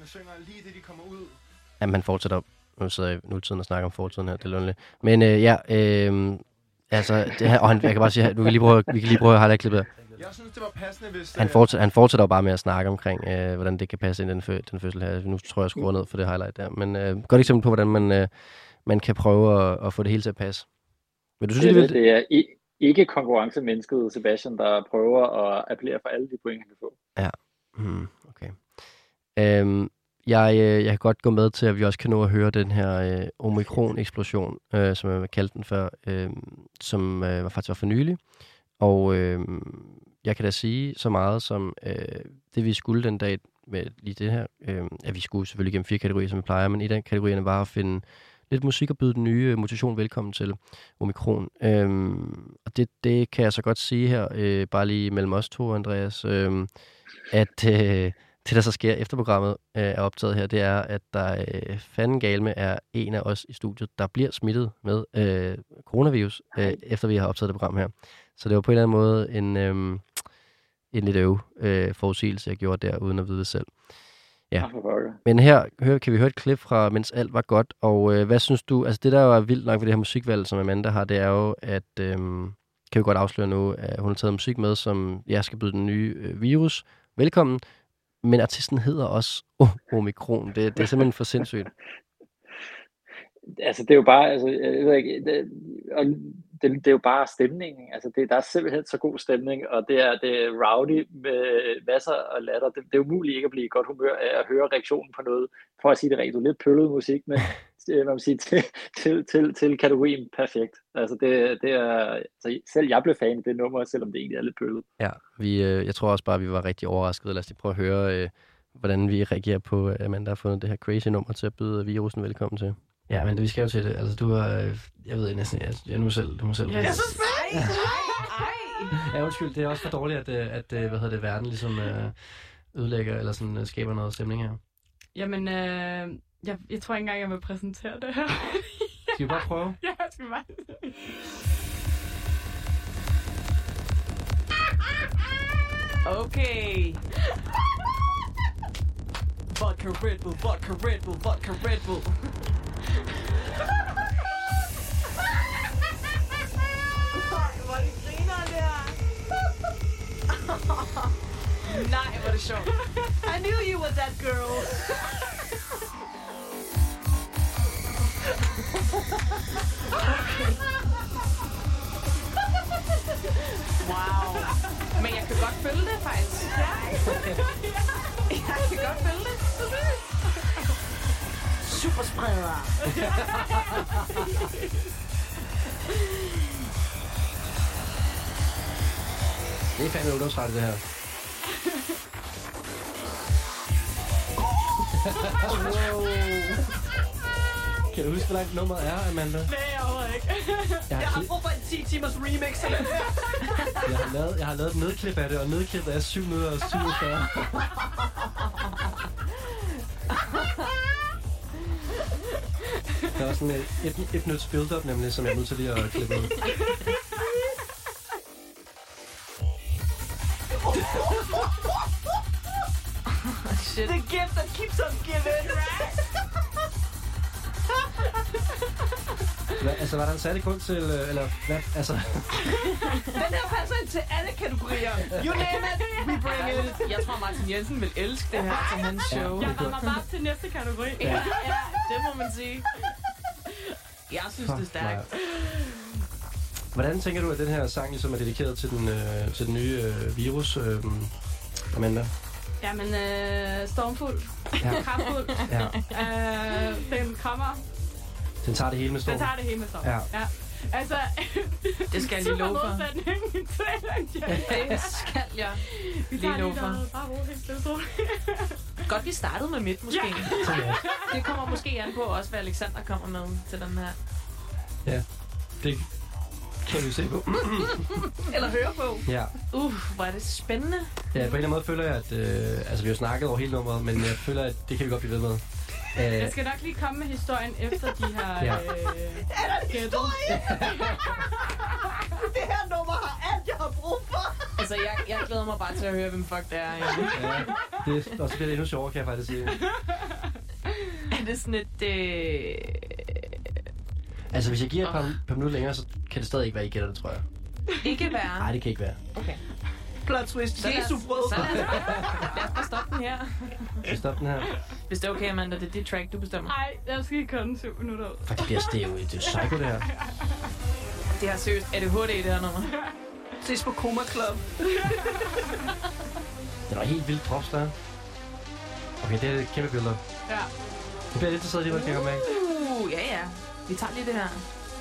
Ja, man fortsætter op. Nu sidder jeg i nutiden og snakker om fortiden her, det er lønligt. Men øh, ja, øh, altså, det her, og han, jeg kan bare sige, du kan lige prøve, vi kan lige prøve at highlight klippet. Jeg synes, det var passende, hvis... Han fortsætter, han fortsætter jo bare med at snakke omkring, øh, hvordan det kan passe ind i den, fø, den fødsel her. Nu tror jeg, jeg skruer ned for det highlight der. Men øh, godt eksempel på, hvordan man, øh, man kan prøve at, at få det hele til at passe. Men du synes, det, det, det, det er i, ikke konkurrencemennesket Sebastian, der prøver at appellere for alle de point, han kan få. Ja, hmm, okay. Øhm, jeg, øh, jeg kan godt gå med til, at vi også kan nå at høre den her øh, omikron-eksplosion, øh, som jeg kaldte den før, øh, som øh, var faktisk var for nylig. Og øh, jeg kan da sige så meget som øh, det, vi skulle den dag med lige det her, øh, at vi skulle selvfølgelig gennem fire kategorier, som vi plejer, men en af kategorierne var at finde lidt musik og byde den nye mutation velkommen til Omikron. Øh, og det, det kan jeg så godt sige her, øh, bare lige mellem os to, Andreas, øh, at øh, det, der så sker efter programmet øh, er optaget her, det er, at der øh, fanden gale med er en af os i studiet, der bliver smittet med øh, coronavirus, øh, efter vi har optaget det program her. Så det var på en eller anden måde en, øhm, en lidt øv øh, forudsigelse, jeg gjorde der, uden at vide det selv. Ja. Men her hør, kan vi høre et klip fra, mens alt var godt, og øh, hvad synes du, altså det der jo er vildt nok ved det her musikvalg, som Amanda har, det er jo, at, øhm, kan vi godt afsløre nu, at hun har taget musik med, som jeg skal byde den nye øh, virus velkommen, men artisten hedder også oh, Omikron. Det, det er simpelthen for sindssygt. Altså, det er jo bare, altså, jeg ved ikke, det, og det, det er jo bare stemningen. Altså, det, der er simpelthen så god stemning, og det er, det er rowdy med masser af latter. Det, det er umuligt ikke at blive i godt humør af at høre reaktionen på noget, for at sige det rigtigt, lidt pøllet musik, men man må sige, til, til, til, til kategorien perfekt. Altså, det, det er, altså, selv jeg blev fan af det nummer, selvom det egentlig er lidt pøllet. Ja, vi, øh, jeg tror også bare, at vi var rigtig overraskede. Lad os lige prøve at høre, øh, hvordan vi reagerer på, at Amanda har fundet det her crazy nummer til at byde virusen velkommen til. Ja, men vi skal jo til det. Altså, du har... Jeg ved næsten... Jeg, jeg nu selv... Du må selv... Jeg er så spændt! Ja, undskyld. Det er også for dårligt, at, at hvad hedder det, verden ligesom ødelægger, eller sådan skaber noget stemning her. Jamen, øh, jeg, jeg tror ikke engang, jeg vil præsentere det her. Skal vi bare prøve? Ja, jeg skal bare... Okay. Vodka Red Bull, vodka Red Bull, vodka Red Bull. Hvor er det griner der? Nej, hvor er det sjovt. I knew you were that girl. Wow. Men jeg kan godt følge det, faktisk. Ja. Jeg kan godt følge det. Superspreder. Det er fandme ungdomsrettet, det her. Wow. Kan du huske, hvor langt nummeret er, Amanda? Nej, jeg overhovedet ikke. Jeg har, jeg har brug for en ti timers remix. jeg, har lavet, jeg har lavet et nedklip af det, og nedklippet er syv minutter og syvogfyrre. Der er også sådan et, et, et minuts build-up, nemlig, som jeg er nødt til lige at klippe ud. Shit. The gift that keeps on giving, right? Hva, altså, var der en særlig grund til, eller hvad, altså... Den her passer ind til alle kategorier. You name it, we bring it. Jeg tror, Martin Jensen vil elske det her til hans show. Jeg var mig bare til næste kategori. Ja, ja, det må man sige. Jeg synes, det er stærkt. Hvordan tænker du, at den her sang ligesom er dedikeret til den, øh, til den nye øh, virus, øh, Amanda? Jamen, øh, stormfuld. Ja. Kraftfuld. Ja. Øh, den kommer. Den tager det hele med storm. Den tager det hele med storm. Ja. ja. Altså, det skal jeg lige love for. Det skal jeg lige love for. Bare roligt, det er godt, vi startede med midt, måske. Ja. Det kommer måske an på også, hvad Alexander kommer med til den her. Ja, det kan vi se på. Eller høre på. Ja. Uh, hvor er det spændende. Ja, på en eller anden måde føler jeg, at... Øh, altså, vi har snakket over hele nummeret, men jeg føler, at det kan vi godt blive ved med. Uh, jeg skal nok lige komme med historien efter de her... Ja. Øh, er der en historie? Det her nummer har alt, jeg har brug for. Altså, jeg, jeg glæder mig bare til at høre, hvem fuck det er. Ja, det er også bliver endnu sjovere, kan jeg faktisk sige. Er det sådan et... Øh... Altså, hvis jeg giver et par, par minutter længere, så kan det stadig ikke være, I gætter det, tror jeg. Ikke være? Nej, det kan ikke være. Okay. Plot twist. Jesu brød. Så lad os bare stoppe den her. Skal vi stoppe den her? Hvis det er okay, Amanda, det er dit track, du bestemmer. Nej, jeg skal ikke komme syv minutter ud. Faktisk, det er jo et psycho, det her. Det har seriøst A D H D, det her nummer. Ses på Coma Club. Det var helt vildt drops, der. Okay, det er et kæmpe billeder. Ja. Nu bliver jeg lidt interesseret i, hvad jeg kan komme med. Uh, ja, ja. Vi tager lige det her.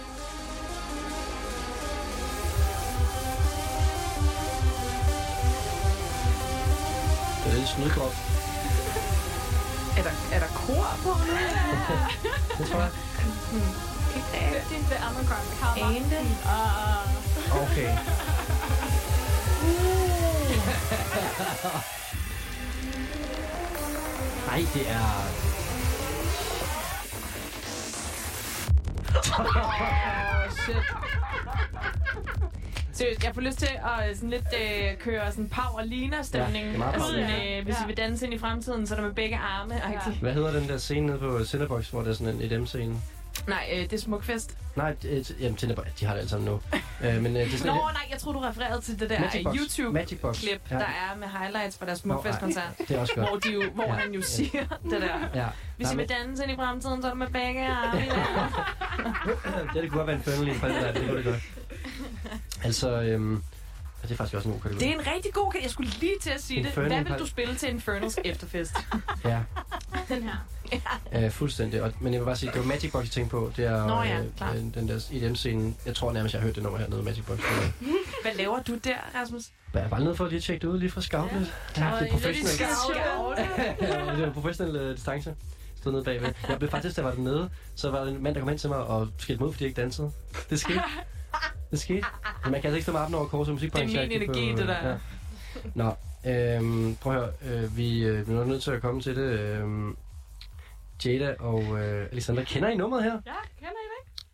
Det er lidt snydkrop. Er der, er der kor på nu? Det tror jeg. Det er amerikansk. Ane det? Okay. Nej, det er... Oh, shit. Seriøst, jeg får lyst til at sådan lidt øh, køre sådan power Lina-stemning. Ja, altså, øh, hvis ja. I vil danse ind i fremtiden, så er der med begge arme. Ja. Hvad hedder den der scene nede på Cinderbox, hvor der er sådan en E D M-scene? Nej, øh, det er Smukfest. Nej, øh, jamen Cinderbox, de har det alle sammen nu. øh, men, øh, det er Nå, nej, jeg tror du refererede til det der YouTube-klip, ja. der er med highlights fra deres Smukfest-koncert. Det er også godt. Hvor, de jo, hvor ja. han jo siger ja. det der. Ja. Hvis I vil danse ind i fremtiden, så er der med begge arme. Ja, det kunne godt være en Infernal fra det der, det kunne det godt. Altså, øhm, det er faktisk også en god kategori. Det er en rigtig god kategori. Jeg skulle lige til at sige Infernal, det. Hvad vil du spille til Infernals efterfest? Ja. Den her. Ja. Øh, fuldstændig. Og, men jeg vil bare sige, det var Magic Box, jeg tænkte på. Det er Nå, ja, øh, den der E D M-scene. Jeg tror nærmest, jeg har hørt det nummer hernede, Magic Box. Hvad laver du der, Rasmus? Jeg er bare nede for at lige tjekke det ud, lige fra scout lidt. Ja, det er professionelt. Ja, det er professionel uh, distance. Stod nede bagved. Jeg blev faktisk, da jeg var dernede, så var der en mand, der kom hen til mig og skældte mig ud, fordi jeg ikke dansede. Det skete. Det skete. Men man kan altså ikke stå med armen over kors og musikbranchen. Det er min energi, på, det der. Ja. Nå, øhm, prøv at høre. Øh, vi, øh, vi er nødt til at komme til det. Øh, Jada og øh, Alexander, kender I nummeret her? Ja, kender I det ikke?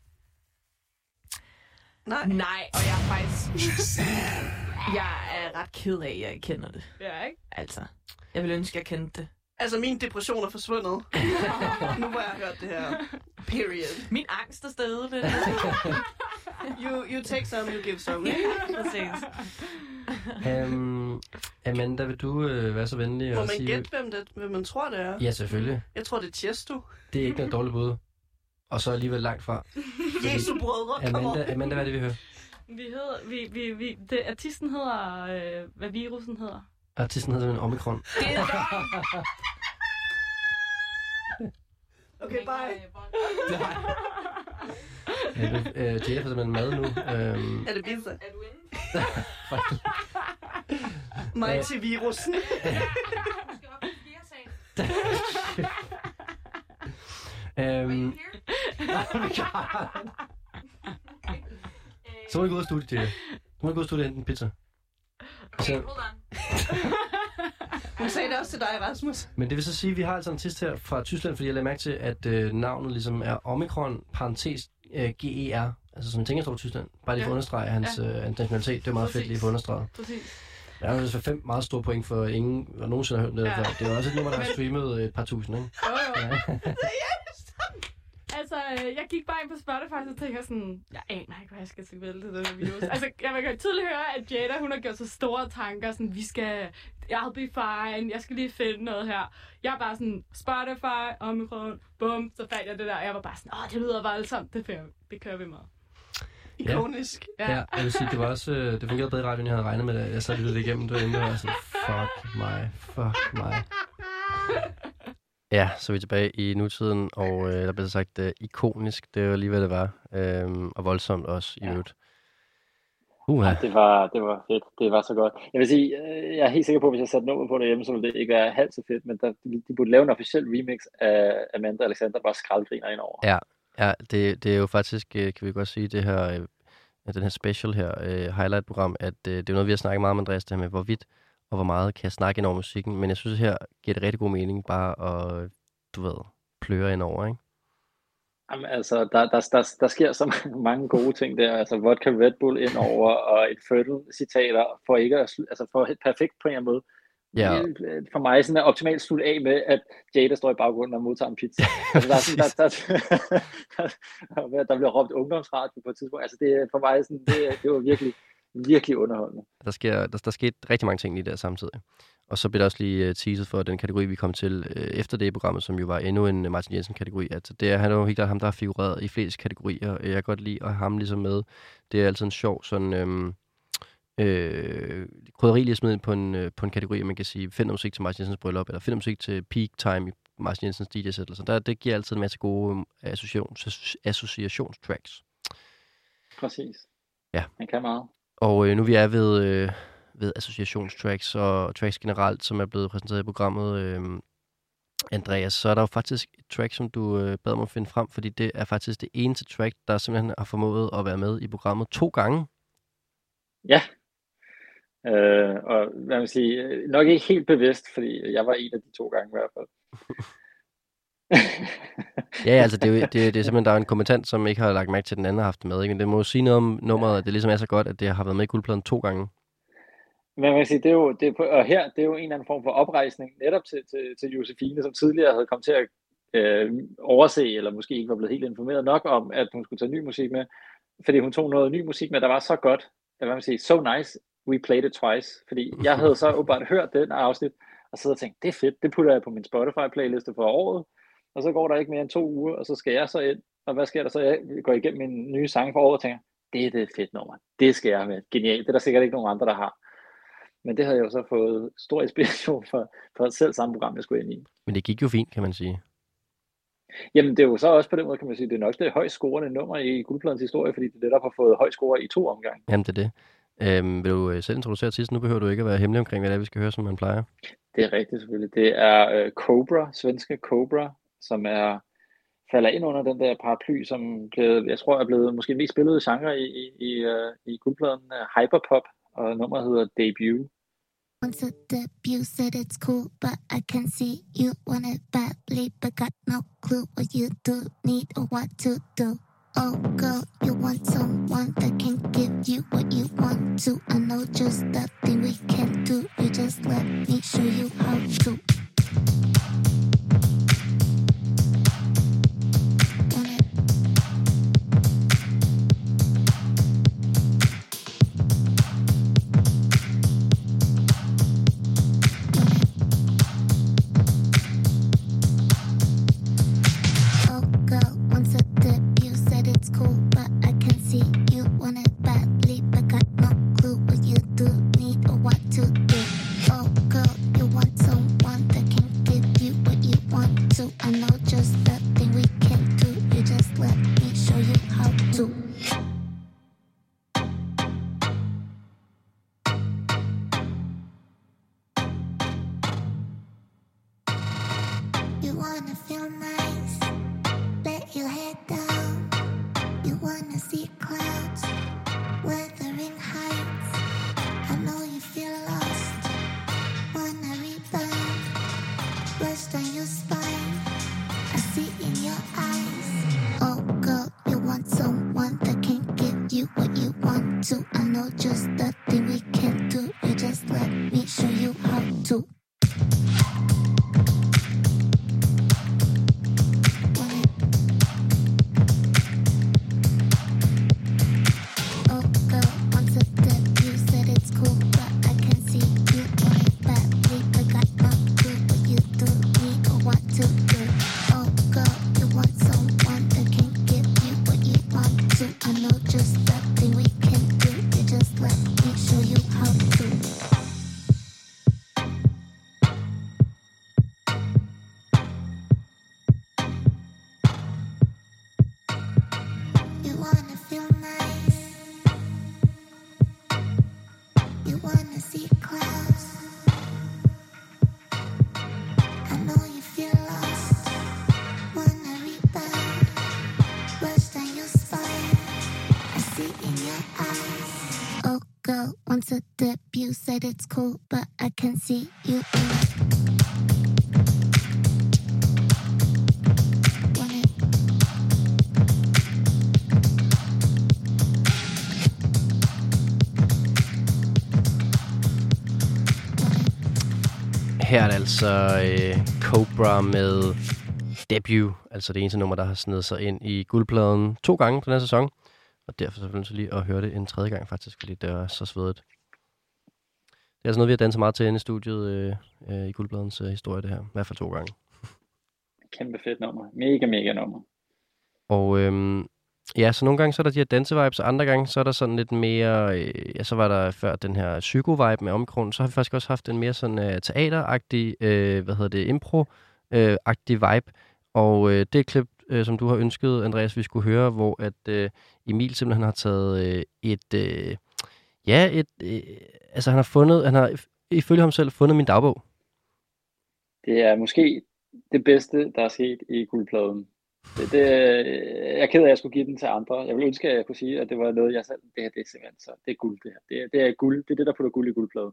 Nej. Nej, og jeg er faktisk... jeg er ret ked af, at jeg ikke kender det. Ja, ikke? Altså, jeg vil ønske, at jeg kendte det. Altså, min depression er forsvundet. Nu hvor jeg har hørt det her. Period. Min angst er stedet lidt. you, you take some, you give some. Præcis. um, Amanda, vil du øh, være så venlig Må at sige... man gætte, hvem, det, hvem man tror, det er? Ja, selvfølgelig. Jeg tror, det er Tiesto. Det er ikke noget dårligt bud. Og så alligevel langt fra. Jesu brødre, Amanda, Amanda, hvad er det, vi hører? Vi hedder... Vi, vi, vi, det, artisten hedder... Øh, hvad virusen hedder. Artisten hedder en omikron. Det er Okay, bye. Ja, det, øh, Jada får simpelthen mad nu. Øhm, Er det pizza? Er du inde? Mig til virusen. Du skal op i fire sag. øhm, så må du gå ud af studiet, Jada. Så må du gå ud af studiet og hente en pizza. Okay, hold on. Hun sagde det også til dig, Rasmus. Men det vil så sige, at vi har altså en test her fra Tyskland, fordi jeg lagde mærke til, at øh, navnet ligesom er Omikron, parentes øh, G E R. Altså som tænker står på Tyskland. Bare lige for at understrege hans, ja. øh, hans nationalitet. Det er meget Præcis. fedt lige for at understrege. Præcis. Der er jo fem meget store point for ingen, der nogensinde har hørt det ja. før. Det er jo også et nummer, der har streamet et par tusind, ikke? Jo, jo. Ja. Altså, jeg gik bare ind på Spotify, og så tænker jeg sådan, jeg aner ikke, hvad jeg skal vælge til den her virus. Altså, jeg kan tydeligt høre, at Jada, hun har gjort så store tanker, sådan, vi skal, I'll be fine, jeg skal lige finde noget her. Jeg er bare sådan, Spotify, Omikron, bum, så fandt jeg det der, og jeg var bare sådan, åh, det lyder voldsomt, det, det kører vi med. Ikonisk. Ja. ja, jeg vil sige, det var også, det fungerede bedre i radioen, jeg havde regnet med det. Jeg sad lidt igennem det, og jeg var sådan, fuck mig, fuck mig. Ja, så er vi tilbage i nutiden, og øh, der blev sagt øh, ikonisk, det var lige hvad det var, øhm, og voldsomt også i øvrigt. Uh, ja, det var, det var fedt, det var så godt. Jeg vil sige, øh, jeg er helt sikker på, at hvis jeg satte nummer på derhjemme, så ville det ikke være halvt så fedt, men der, de, de burde lave en officiel remix af Amanda Alexander, bare skraldgriner indover. Ja, ja det, det er jo faktisk, kan vi godt sige, det her, øh, den her special her, øh, highlight-program, at øh, det er noget, vi har snakket meget om, Andreas, det her med, hvorvidt og hvor meget kan jeg snakke ind over musikken, men jeg synes, her giver det rigtig god mening bare at, du ved, pløre ind over, ikke? Jamen, altså, der, der, der, der sker så mange gode ting der, altså vodka Red Bull ind over, og et Fertile-citater, for ikke at, altså for et perfekt på en måde. Ja. For mig sådan er optimalt slut af med, at Jada står i baggrunden og modtager en pizza. Altså, der, er sådan, der, der, der, der bliver råbt ungdomsradio på et tidspunkt. Altså, det er for mig sådan, det, det var virkelig, virkelig underholdende. Der, sker, der, der skete rigtig mange ting lige der samtidig. Og så blev der også lige uh, teaset for den kategori, vi kom til uh, efter det i programmet, som jo var endnu en Martin Jensen-kategori. Altså, det er, han er jo helt klart ham, der har figureret i flest kategorier. Jeg kan godt lide at have ham ligesom med. Det er altid en sjov sådan... Øhm, øh, krydderi lige at smide på en, øh, på en kategori, man kan sige, find musik til Martin Jensens bryllup, eller find musik til peak time i Martin Jensens D J-sæt. Der, det giver altid en masse gode associations, associationstracks. Præcis. Ja. Man kan meget. Og øh, nu vi er ved, øh, ved associationstracks og tracks generelt, som er blevet præsenteret i programmet, øh, Andreas, så er der jo faktisk et track, som du øh, bad mig at finde frem, fordi det er faktisk det eneste track, der simpelthen har formået at være med i programmet to gange. Ja, øh, og hvad man sige, nok ikke helt bevidst, fordi jeg var en af de to gange i hvert fald. Ja, altså det er, jo, det, det er simpelthen, der er en kommentant, som ikke har lagt mærke til, den anden har haft det med, ikke? Men det må jo sige noget om nummeret, at det ligesom er så godt, at det har været med i guldpladen to gange. Men man kan sige, det er jo, det er på, og her, det er jo en eller anden form for oprejsning netop til, til, til Josefine, som tidligere havde kommet til at øh, overse, eller måske ikke var blevet helt informeret nok om, at hun skulle tage ny musik med, fordi hun tog noget ny musik med, der var så godt, at man kan sige, so nice, we played it twice, fordi jeg havde så åbenbart hørt den afsnit, og sidder og tænkte, det er fedt, det putter jeg på min Spotify-playliste for året, og så går der ikke mere end to uger, og så skal jeg så ind, og hvad sker der så? Jeg går igennem min nye sang for året og tænker, det er det fedt nummer, det skal jeg have med, genialt, det er der sikkert ikke nogen andre, der har. Men det havde jeg jo så fået stor inspiration for, for selv samme program, jeg skulle ind i. Men det gik jo fint, kan man sige. Jamen det er jo så også på den måde, kan man sige, det er nok det højst scorende nummer i guldpladens historie, fordi det netop har fået højt score i to omgange. Jamen det er det. Øhm, vil du selv introducere til, nu behøver du ikke at være hemmelig omkring, hvad det er, vi skal høre, som man plejer. Det er rigtigt selvfølgelig. Det er uh, Cobra, svenske Cobra, som er falder ind under den der paraply, som blev, jeg tror er blevet måske mest spillede genre i, i, i, uh, i guldpladen, uh, hyperpop, og nummeret hedder Debut. Want to debut, said it's cool, but I can see you want it badly, but got no clue what you do, need or what to do. Oh girl, you want someone that can give you what you want to. I know just that thing we can do, you just let me show you how to. Give know just the thing we can do. You just let me show you how to. It's cool, but I can see you in it. Her er det altså øh, Cobra med Debut, altså det eneste nummer, der har snedet sig ind i guldpladen to gange på den her sæson. Og derfor så vil jeg lige at høre det en tredje gang faktisk, fordi det er så svedigt. Det er altså noget, vi har danset meget til inde i studiet øh, øh, i guldpladens øh, historie, det her. I hvert fald to gange. Kæmpe fedt nummer. Mega, mega nummer. Og øhm, ja, så nogle gange så er der de her dansevibes, og andre gange så er der sådan lidt mere... Øh, ja, så var der før den her psyko-vibe med Omikron. Så har vi faktisk også haft en mere sådan øh, teateragtig, øh, hvad hedder det, impro-agtig øh, vibe. Og øh, det klip, øh, som du har ønsket, Andreas, vi skulle høre, hvor at øh, Emil simpelthen har taget øh, et... Øh, ja, et... Øh, altså han har fundet... Han har ifølge ham selv fundet min dagbog. Det er måske det bedste, der er sket i guldpladen. Det, det, jeg er ked af, at jeg skulle give den til andre. Jeg ville ønske, at jeg kunne sige, at det var noget, jeg selv... Det her, det er simpelthen så... Det er guld, det her. Det er, det er guld. Det er det, der putter guld i guldpladen.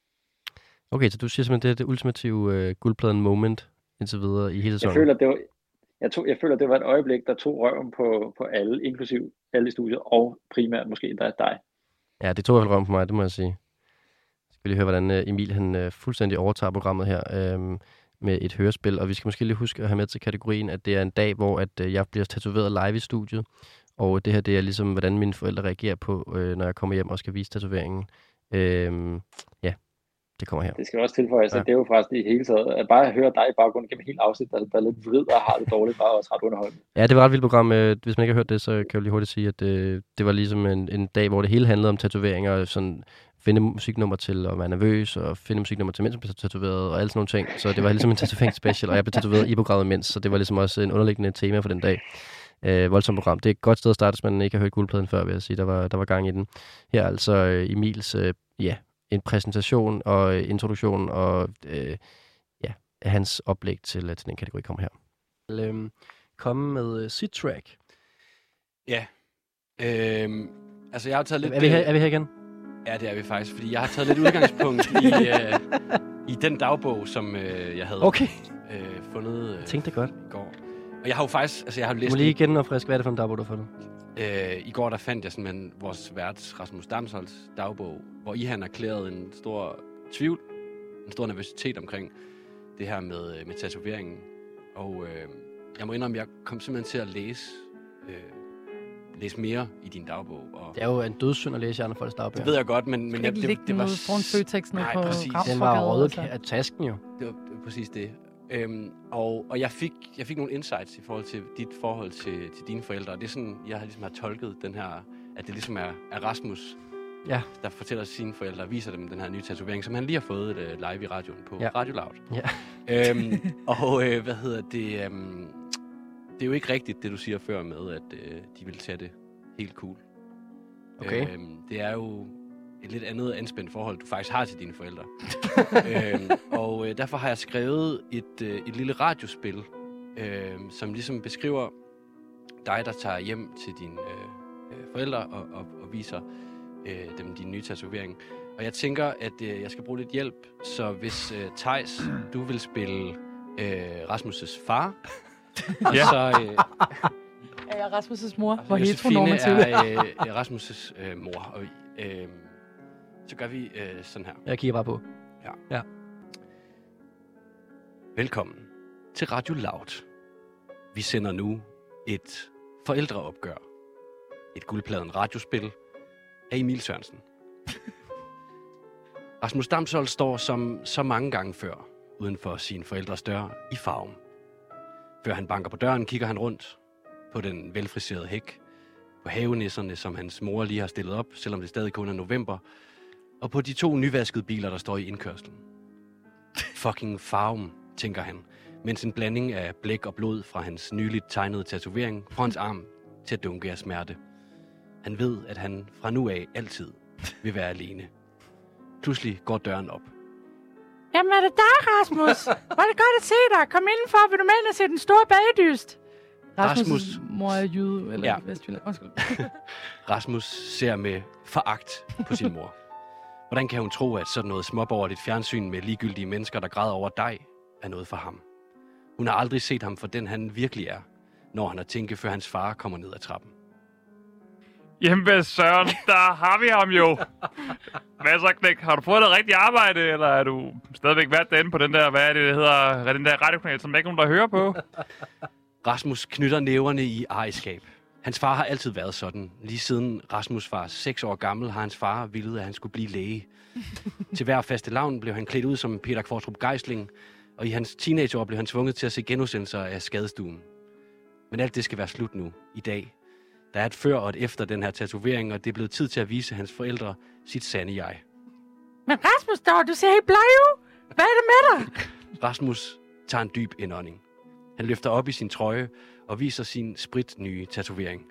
Okay, så du siger simpelthen, det er det ultimative uh, guldpladen moment indtil videre i hele sæsonen. Jeg føler, det var, jeg, tog, jeg føler, det var et øjeblik, der tog røven på, på alle, inklusiv alle i studiet, og primært måske endda dig. Ja, det tog i hvert fald røven på mig, det må jeg sige. Jeg skal lige høre, hvordan uh, Emil han uh, fuldstændig overtager programmet her um, med et hørespil. Og vi skal måske lige huske at have med til kategorien, at det er en dag, hvor at, uh, jeg bliver tatoveret live i studiet. Og det her, det er ligesom, hvordan mine forældre reagerer på, uh, når jeg kommer hjem og skal vise tatoveringen. Uh, ja. Det kommer her. Det skal også tilføjes, ja. At det er jo faktisk i hele taget. At bare høre dig i baggrunden gennem hele afsnit, der, der er lidt vrid og har det dårligt, bare også ret underholdende. Ja, det var et ret vildt program. Hvis man ikke har hørt det, så kan jeg lige hurtigt sige, at det, det var ligesom en, en dag, hvor det hele handlede om tatoveringer, og sådan finde musiknummer til at være nervøs, og finde musiknummer til mens man bliver tatoveret, og alle sådan nogle ting. Så det var ligesom en tatoveringsspecial, og jeg blev tatoveret i programmet mens, så det var ligesom også en underliggende tema for den dag. Øh, voldsomt program. Det er et godt sted at starte, hvis man ikke har hørt guldpladen før, vil jeg sige. Der var, der var gang i den. Her altså øh, Emils, øh, ja, en præsentation og introduktion og øh, ja, hans oplæg til, til den kategori kommer her. Øhm, komme med uh, sit track. Ja. Øhm, altså jeg har taget lidt... Er vi, her, er vi her igen? Ja, det er vi faktisk, fordi jeg har taget lidt udgangspunkt i, øh, i den dagbog, som øh, jeg havde okay. øh, fundet øh, Tænk det godt. i går. Og jeg har jo faktisk... Altså jeg har læst... Du må lige igen og frisk, hvad er det for en dagbog, du har fundet? Øh, I går der fandt jeg simpelthen vores vært Rasmus Damsholds dagbog, hvor I han erklærede en stor tvivl, en stor nervøsitet omkring det her med, med tatoveringen. Og øh, jeg må indrømme, at jeg kom simpelthen til at læse, øh, læse mere i din dagbog. Og det er jo en dødssynd at læse i andre folks dagbog. Det ved jeg godt, men... men jeg, det, det, det var foran Føtex nede på Ramsborgade. Den var røget af tasken jo. Det var, det var præcis det. Øhm, og og jeg, fik, jeg fik nogle insights i forhold til dit forhold til, til dine forældre. Det er sådan, jeg har ligesom har tolket den her, at det ligesom er, er Rasmus, ja. Der fortæller sine forældre og viser dem den her nye tatovering, som han lige har fået uh, live i radioen på ja. Radio Loud. Ja. øhm, og øh, hvad hedder det? Um, det er jo ikke rigtigt, det du siger før med, at øh, de vil tage det helt cool. Okay. Øhm, det er jo et lidt andet anspændt forhold, du faktisk har til dine forældre. øhm, og øh, derfor har jeg skrevet et, øh, et lille radiospil, øh, som ligesom beskriver dig, der tager hjem til dine øh, forældre og, og, og viser øh, dem din nye tatovering. Og jeg tænker, at øh, jeg skal bruge lidt hjælp, så hvis øh, Theis, du vil spille øh, Rasmus' far, og ja. så... Øh, er jeg Rasmus' mor? Hvor heteronormativ. er øh, Rasmus' øh, mor, og øh, så gør vi øh, sådan her. Jeg kigger bare på. Ja. Ja. Velkommen til Radio Loud. Vi sender nu et forældreopgør. Et guldpladen radiospil af Emil Sørensen. Rasmus Damsholdt står som så mange gange før uden for sin forældres dør i Farum. Før han banker på døren, kigger han rundt på den velfriserede hæk, på havenisserne, som hans mor lige har stillet op, selvom det stadig kun er november, og på de to nyvaskede biler, der står i indkørslen. Fucking Farum, tænker han, mens en blanding af blæk og blod fra hans nyligt tegnede tatovering får hans arm til at dunke af smerte. Han ved, at han fra nu af altid vil være alene. Pludselig går døren op. Jamen er det dig, Rasmus? Var det godt at se dig? Kom indenfor, vil du med ind og se den store bagedyst? Rasmus' Rasmus mor er jyde, eller Ja. ja. Vestjylland. Undskyld. Rasmus ser med foragt på sin mor. Hvordan kan hun tro, at sådan noget småborgerligt fjernsyn med ligegyldige mennesker, der græder over dig, er noget for ham? Hun har aldrig set ham for den, han virkelig er, når han har tænkt, før hans far kommer ned ad trappen. Jamen, hvad søren, der har vi ham jo. Hvad så, Knæk? Har du fået noget rigtigt arbejde, eller er du stadigvæk været derinde på den der, hvad er det, det hedder, den der radiokanal, som der ikke er nogen, der hører på? Rasmus knytter næverne i ejerskab. Hans far har altid været sådan. Lige siden Rasmus var seks år gammel, har hans far villet, at han skulle blive læge. Til hver fastelavn blev han klædt ud som Peter Kvartrup Geisling, og i hans teenageår blev han tvunget til at se genudsendelser af Skadestuen. Men alt det skal være slut nu, i dag. Der er et før og et efter den her tatovering, og det er blevet tid til at vise hans forældre sit sande jeg. Men Rasmus, dog, du ser helt bleg ud. Hvad er det med dig? Rasmus tager en dyb indånding. Han løfter op i sin trøje og viser sin spritnye tatovering.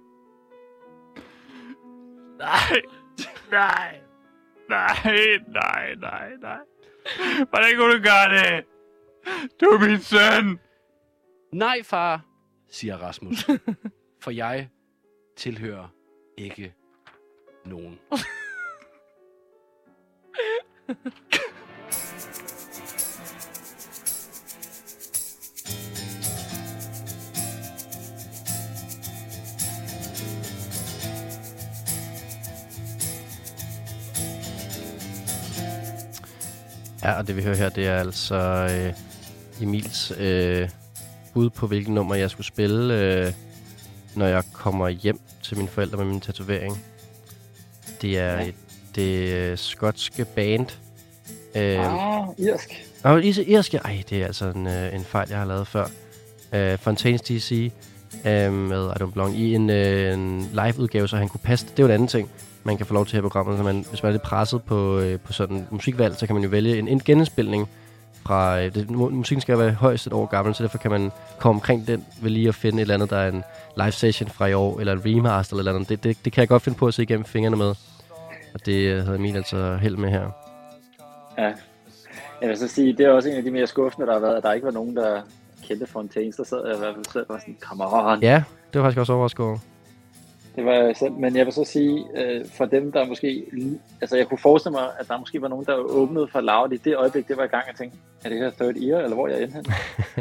Nej, nej, nej, nej, nej, nej. Hvordan kunne du gøre det? Du er min søn. Nej, far, siger Rasmus. For jeg tilhører ikke nogen. Ja, og det vi hører her, det er altså øh, Emils øh, bud på, hvilket nummer jeg skulle spille, øh, når jeg kommer hjem til mine forældre med min tatovering. Det er ja. et, det øh, skotske band. Øh, ah, irsk. Åh, oh, irsk, ja. Ej, det er altså en, øh, en fejl, jeg har lavet før. Øh, Fontaines D C øh, med I Don't Belong i en, øh, en live-udgave, så han kunne passe det. Det er jo en anden ting, man kan få lov til her i programmet. Så man, hvis man er lidt presset på, øh, på sådan musikvalg, så kan man jo vælge en, en genindspilning fra... Øh, det, musikken skal være højst et år gammel, så derfor kan man komme omkring den ved lige at finde et eller andet, der er en live session fra i år, eller en remaster eller andet. Det, det, det kan jeg godt finde på at se igennem fingrene med. Og det øh, havde Emil altså held med her. Ja. Jeg vil så sige, det er også en af de mere skuffende, der har været, at der ikke var nogen, der kendte Fontaines. Der sad jeg i hvert fald selv og var sådan, come on. Ja, det var faktisk også overrasket over. Det var jeg selv, men jeg vil så sige, øh, for dem, der måske... Altså, jeg kunne forestille mig, at der måske var nogen, der åbnede for Loud i det øjeblik, det var i gang, og tænkte, er det her third ear, eller hvor er jeg endte hen?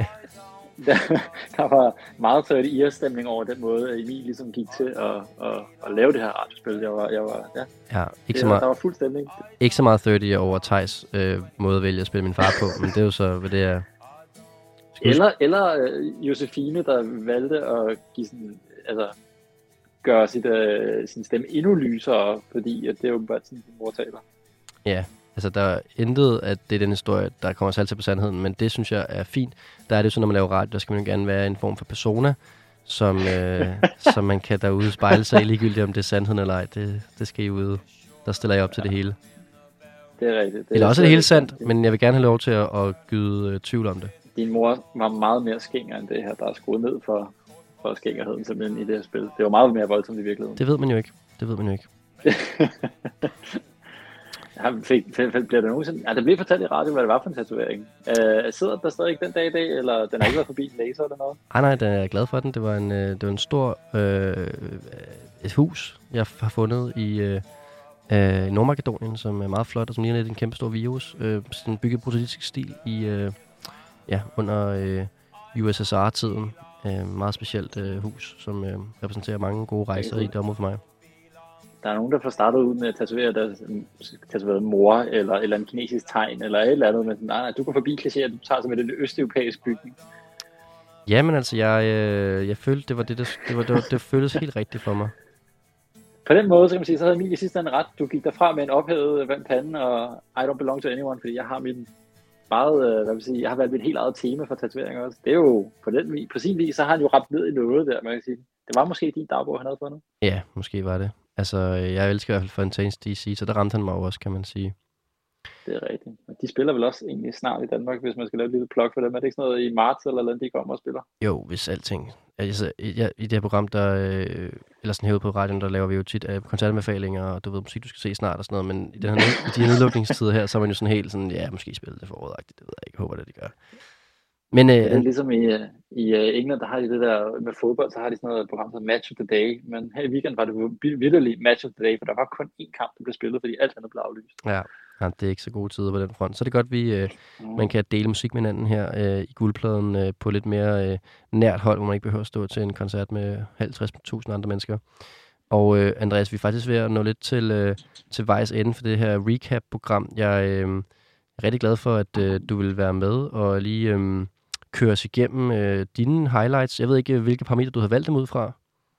der, der var meget third ear stemning over den måde, at Emil ligesom gik til at, at, at lave det her radiospil. Jeg var, jeg var, ja. Ja, ikke det, så meget, der var fuld stemning. Ikke så meget third ear over Thijs øh, måde at vælge at spille min far på, men det er jo så, hvad det er. Eller, eller uh, Josefine, der valgte at give sådan, altså, gøre sit, uh, sin stemme endnu lysere, fordi at det er jo bare sådan, din mor taler. Ja, altså der er intet, at det er den historie, der kommer selv til på sandheden, men det synes jeg er fint. Der er det jo sådan, når man laver radio, der skal man jo gerne være en form for persona, som, øh, som man kan derude spejle sig i, ligegyldigt om det er sandheden eller ej. Det, det skal I ude. Der stiller jeg op til det hele. Det er rigtigt. Det eller er også er det hele sandt, men jeg vil gerne have lov til at, at gyde øh, tvivl om det. Din mor var meget mere skænger end det her, der er skruet ned for, for skængerheden simpelthen i det her spil. Det var meget mere voldsomt i virkeligheden. Det ved man jo ikke. Det ved man jo ikke. Ja, fik, fik, fik, bliver der nogensinde... Ja, det blev fortalt i radio, hvad det var for en tatovering. Uh, sidder der stadig den dag i dag, eller den har ikke været forbi en laser eller noget? Nej, nej, den er jeg glad for den. Det var en, det var en stor... Øh, et hus, jeg har fundet i øh, øh, Nordmakedonien, som er meget flot, og som ligner lidt en kæmpe stor virus. Øh, sådan bygget brutalistisk stil i... Øh, ja, under øh, U S S R-tiden. Øh, meget specielt øh, hus, som øh, repræsenterer mange gode rejser i det område for mig. der er nogen, der får startet ud med at tatovere deres tatoveret mor, eller et eller andet kinesisk tegn, eller et eller andet, men nej, nej, du går forbi klichéer, du tager som en østeuropæisk bygning. Jamen altså, jeg, øh, jeg følte, det var det, der, det, var, det, var, det føltes helt rigtigt for mig. På den måde, så kan man sige, så havde Emilie sidste ende ret. Du gik derfra med en ophævet vand panden, og I don't belong to anyone, fordi jeg har min meget, øh, hvad vil sige, jeg har valgt mit helt eget tema for tatoveringer også. Det er jo på den vis, på sin vis, så har han jo ramt ned i noget der, man kan sige. Det var måske din dagbog, han havde fundet. Ja, måske var det. Altså, jeg elsker i hvert fald Fontaine's D C, så der ramte han mig også, kan man sige. Det er rigtigt. Og de spiller vel også egentlig snart i Danmark, hvis man skal lave et lille plug for dem. Er det ikke sådan noget i marts, eller noget, de kommer og spiller? Jo, hvis alting. Altså, jeg, i det her program, der, øh, eller sådan herude på radioen, der laver vi jo tit øh, koncertanbefalinger, og du ved, musik, du skal se snart og sådan noget, men i, den her, i de her nedlukningstider her, så er man jo sådan helt sådan, ja, måske spille det foråragtigt, det ved jeg ikke, jeg håber det, de gør. Men, øh, det er ligesom i, i England, der har de det der med fodbold, så har de sådan noget program, der hedder Match of the Day, men her i weekend var det vitterligt Match of the Day, for der var kun én kamp, der blev spillet, fordi alt andet blev aflyst. Ja. Ja, det er ikke så gode tider på den front. Så er det godt, at vi, øh, man kan dele musik med hinanden her øh, i Guldpladen øh, på lidt mere øh, nært hold, hvor man ikke behøver at stå til en koncert med halvtreds tusind andre mennesker. Og øh, Andreas, vi er faktisk ved at nå lidt til, øh, til vejs ende for det her recap-program. Jeg øh, er rigtig glad for, at øh, du vil være med og lige øh, køre os igennem øh, dine highlights. Jeg ved ikke, hvilke parametre du har valgt dem ud fra.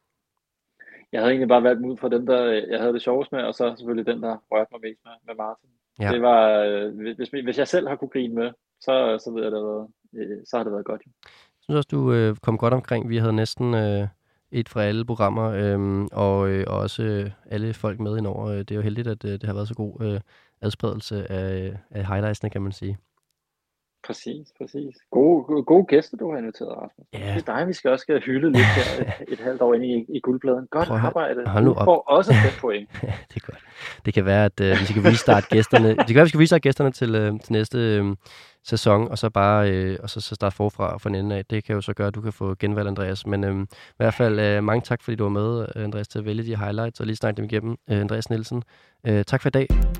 Jeg havde egentlig bare valgt dem ud fra den, der jeg havde det sjovest med, og så selvfølgelig den, der rørte mig mest med, med Martin. Ja. Det var, øh, hvis, hvis jeg selv har kunne grine med, så, så ved jeg, det var, øh, så har det været godt. Jeg synes også, du øh, kom godt omkring. Vi havde næsten øh, et fra alle programmer, øh, og øh, også øh, alle folk med indover. Det er jo heldigt, at øh, det har været så god øh, adspredelse af, af highlightsene, kan man sige. Præcis, præcis. Gode, gode, gode gæster, du har inviteret, Rasmus. Ja. Det er dig, vi skal også skal hylde lidt her et, et halvt år inde i, i Guldpladen. Godt Prøv, arbejde. Hold nu du får op. også et point. Ja, det er godt. Det kan være, at øh, vi skal restarte gæsterne. Det kan være, at vi skal restarte gæsterne til, øh, til næste øh, sæson, og så bare øh, og så, så starte forfra og fra en ende af. Det kan jo så gøre, at du kan få genvalgt, Andreas. Men øh, i hvert fald øh, mange tak, fordi du var med, Andreas, til at vælge de highlights og lige snakke dem igennem. Øh, Andreas Nielsen, øh, tak for i dag.